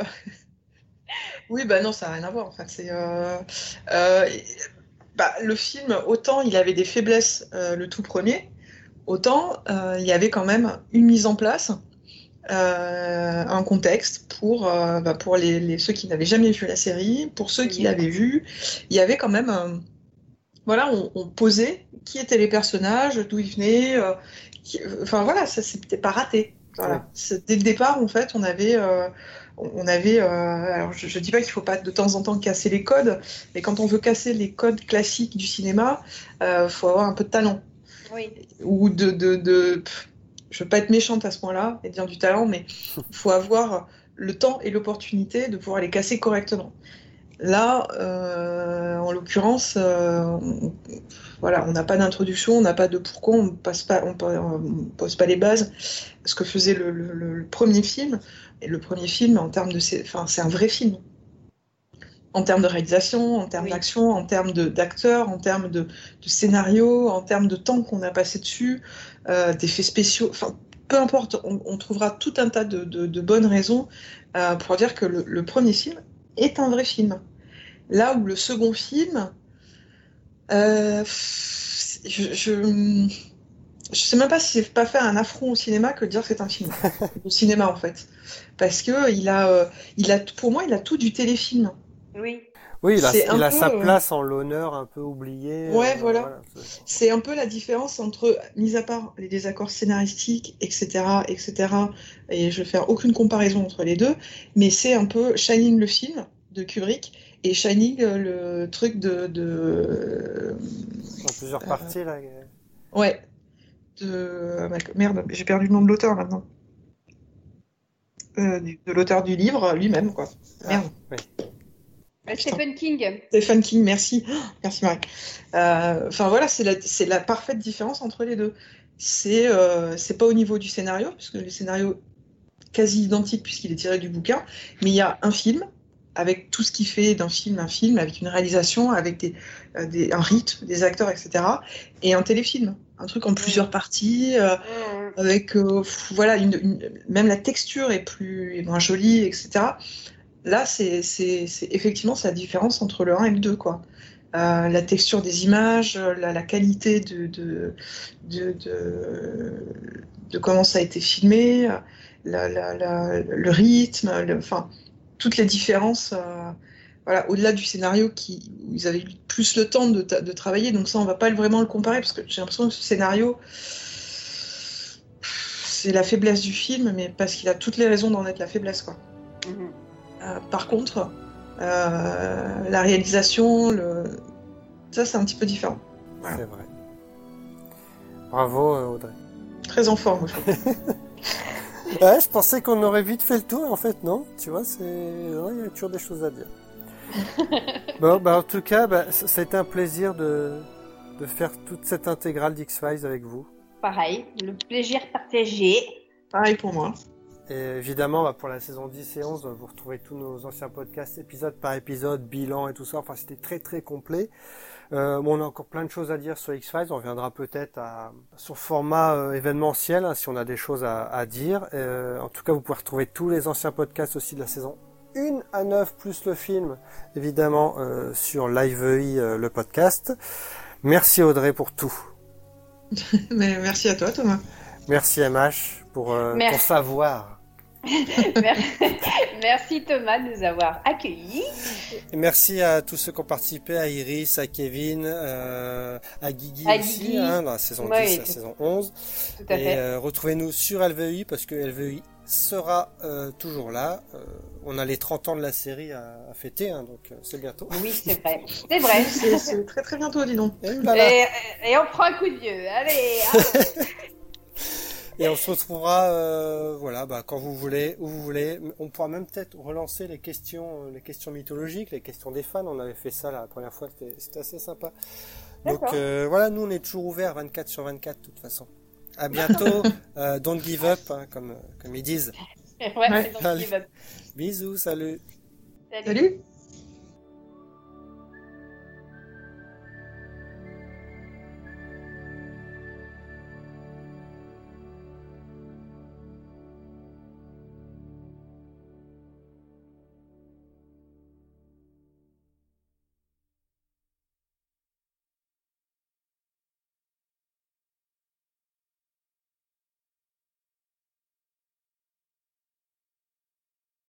oui, bah non, ça n'a rien à voir en fait. C'est, euh, euh, et- bah, le film, autant il avait des faiblesses, euh, le tout premier, autant euh, il y avait quand même une mise en place, euh, un contexte pour, euh, bah, pour les, les- ceux qui n'avaient jamais vu la série, pour ceux qui Oui. l'avaient vue. Il y avait quand même un- voilà, on, on posait qui étaient les personnages, d'où ils venaient. euh, qui- enfin voilà, ça c'était pas raté. Voilà. Ouais. C'est- Dès le départ, en fait, on avait, euh, on avait. euh, alors, je, je dis pas qu'il faut pas de temps en temps casser les codes, mais quand on veut casser les codes classiques du cinéma, euh, faut avoir un peu de talent Oui. ou de, de, de pff, je veux pas être méchante à ce point-là et dire du talent, mais il faut avoir le temps et l'opportunité de pouvoir les casser correctement. Là, euh, en l'occurrence, euh, on, voilà, on n'a pas d'introduction, on n'a pas de pourquoi, on passe pas, on, on pose pas les bases. Ce que faisait le, le, le premier film, et le premier film en termes de, enfin, c'est un vrai film. En termes de réalisation, en termes Oui. d'action, en termes de, d'acteurs, en termes de, de scénario, en termes de temps qu'on a passé dessus, euh, d'effets spéciaux, enfin, peu importe, on, on trouvera tout un tas de, de, de bonnes raisons euh, pour dire que le, le premier film est un vrai film. Là où le second film, euh, je, je, je sais même pas si c'est pas faire un affront au cinéma que de dire que c'est un film. Au cinéma, en fait. Parce que il a, euh, il a, pour moi, il a tout du téléfilm. Oui. Oui, il a, C'est un il a peu, sa euh, place en l'honneur un peu oublié. Ouais, euh, voilà. c'est- C'est un peu la différence entre, mis à part les désaccords scénaristiques, et cetera, et cetera, et je vais faire aucune comparaison entre les deux, mais c'est un peu Shining le film de Kubrick et Shining euh, le truc de, de... En plusieurs parties, là. Ouais, de... Merde, j'ai perdu le nom de l'auteur maintenant. Euh, du- de l'auteur du livre lui-même, quoi. Merde. Oui. Euh, Stephen King. Stephen King, merci. Oh, merci Marie. Euh, Enfin voilà, c'est la, c'est la parfaite différence entre les deux. C'est euh, c'est pas au niveau du scénario, puisque le scénario est quasi identique puisqu'il est tiré du bouquin, mais il y a un film avec tout ce qui fait d'un film un film, avec une réalisation, avec des, euh, des, un rythme, des acteurs, et cetera. Et un téléfilm, un truc en plusieurs parties, euh, Mmh. avec euh, pff, voilà, une, une- même la texture est plus est moins jolie, et cetera. Là, c'est c'est- c'est- effectivement c'est la différence entre le un et le deux, quoi. Euh, la texture des images, la, la qualité de, de, de, de, de comment ça a été filmé, la, la, la- le rythme, le- enfin, toutes les différences. euh, voilà, au-delà du scénario qui, où ils avaient eu plus le temps de, ta- de travailler, donc ça, on va pas le- vraiment le comparer parce que j'ai l'impression que ce scénario, c'est la faiblesse du film, mais parce qu'il a toutes les raisons d'en être la faiblesse, quoi. Mhm. Euh, par contre, euh, la réalisation, le... ça c'est un petit peu différent. Voilà. C'est vrai. Bravo, euh, Audrey. Très en forme, je trouve. Ouais, je pensais qu'on aurait vite fait le tour, en fait, non. Tu vois, c'est... ouais, il y a toujours des choses à dire. Bon, bah, en tout cas, bah, ça, ça a été un plaisir de, de faire toute cette intégrale d'X-Files avec vous. Pareil, le plaisir partagé. Pareil pour moi. Et évidemment, bah, pour la saison dix et onze, vous retrouvez tous nos anciens podcasts, épisode par épisode, bilan et tout ça. Enfin, c'était très très complet. Euh, bon, on a encore plein de choses à dire sur X-Files. On reviendra peut-être à sur format euh, événementiel, hein, si on a des choses à, à dire. Euh, en tout cas, vous pouvez retrouver tous les anciens podcasts aussi de la saison un à neuf, plus le film, évidemment, euh, sur Live E I, euh, le podcast. Merci Audrey pour tout. Mais merci à toi, Thomas. Merci M H pour euh, Merci. ton savoir. Merci Thomas de nous avoir accueillis. Et merci à tous ceux qui ont participé, à Iris, à Kevin, euh, à Guigui À aussi, Guigui. hein, dans la saison Ouais, dix et la tout- saison onze. Tout à Et fait. euh, retrouvez-nous sur L V E I parce que L V E I sera euh, toujours là. Euh, on a les trente ans de la série à, à fêter, hein, donc euh, c'est bientôt. Oui, c'est vrai. C'est vrai. C'est c'est très très bientôt, dis donc. Et, oulala. Et, et on prend un coup de vieux. Allez, allez. Et on se retrouvera, euh, voilà, bah, quand vous voulez, où vous voulez. On pourra même peut-être relancer les questions, euh, les questions mythologiques, les questions des fans. On avait fait ça la première fois, c'était, c'était assez sympa. Donc D'accord. euh, voilà, nous on est toujours ouverts vingt-quatre sur vingt-quatre de toute façon. À bientôt, euh, don't give up, hein, comme comme ils disent. Ouais, Ouais. c'est donc Allez. qui va- Bisous, salut. Salut. Salut.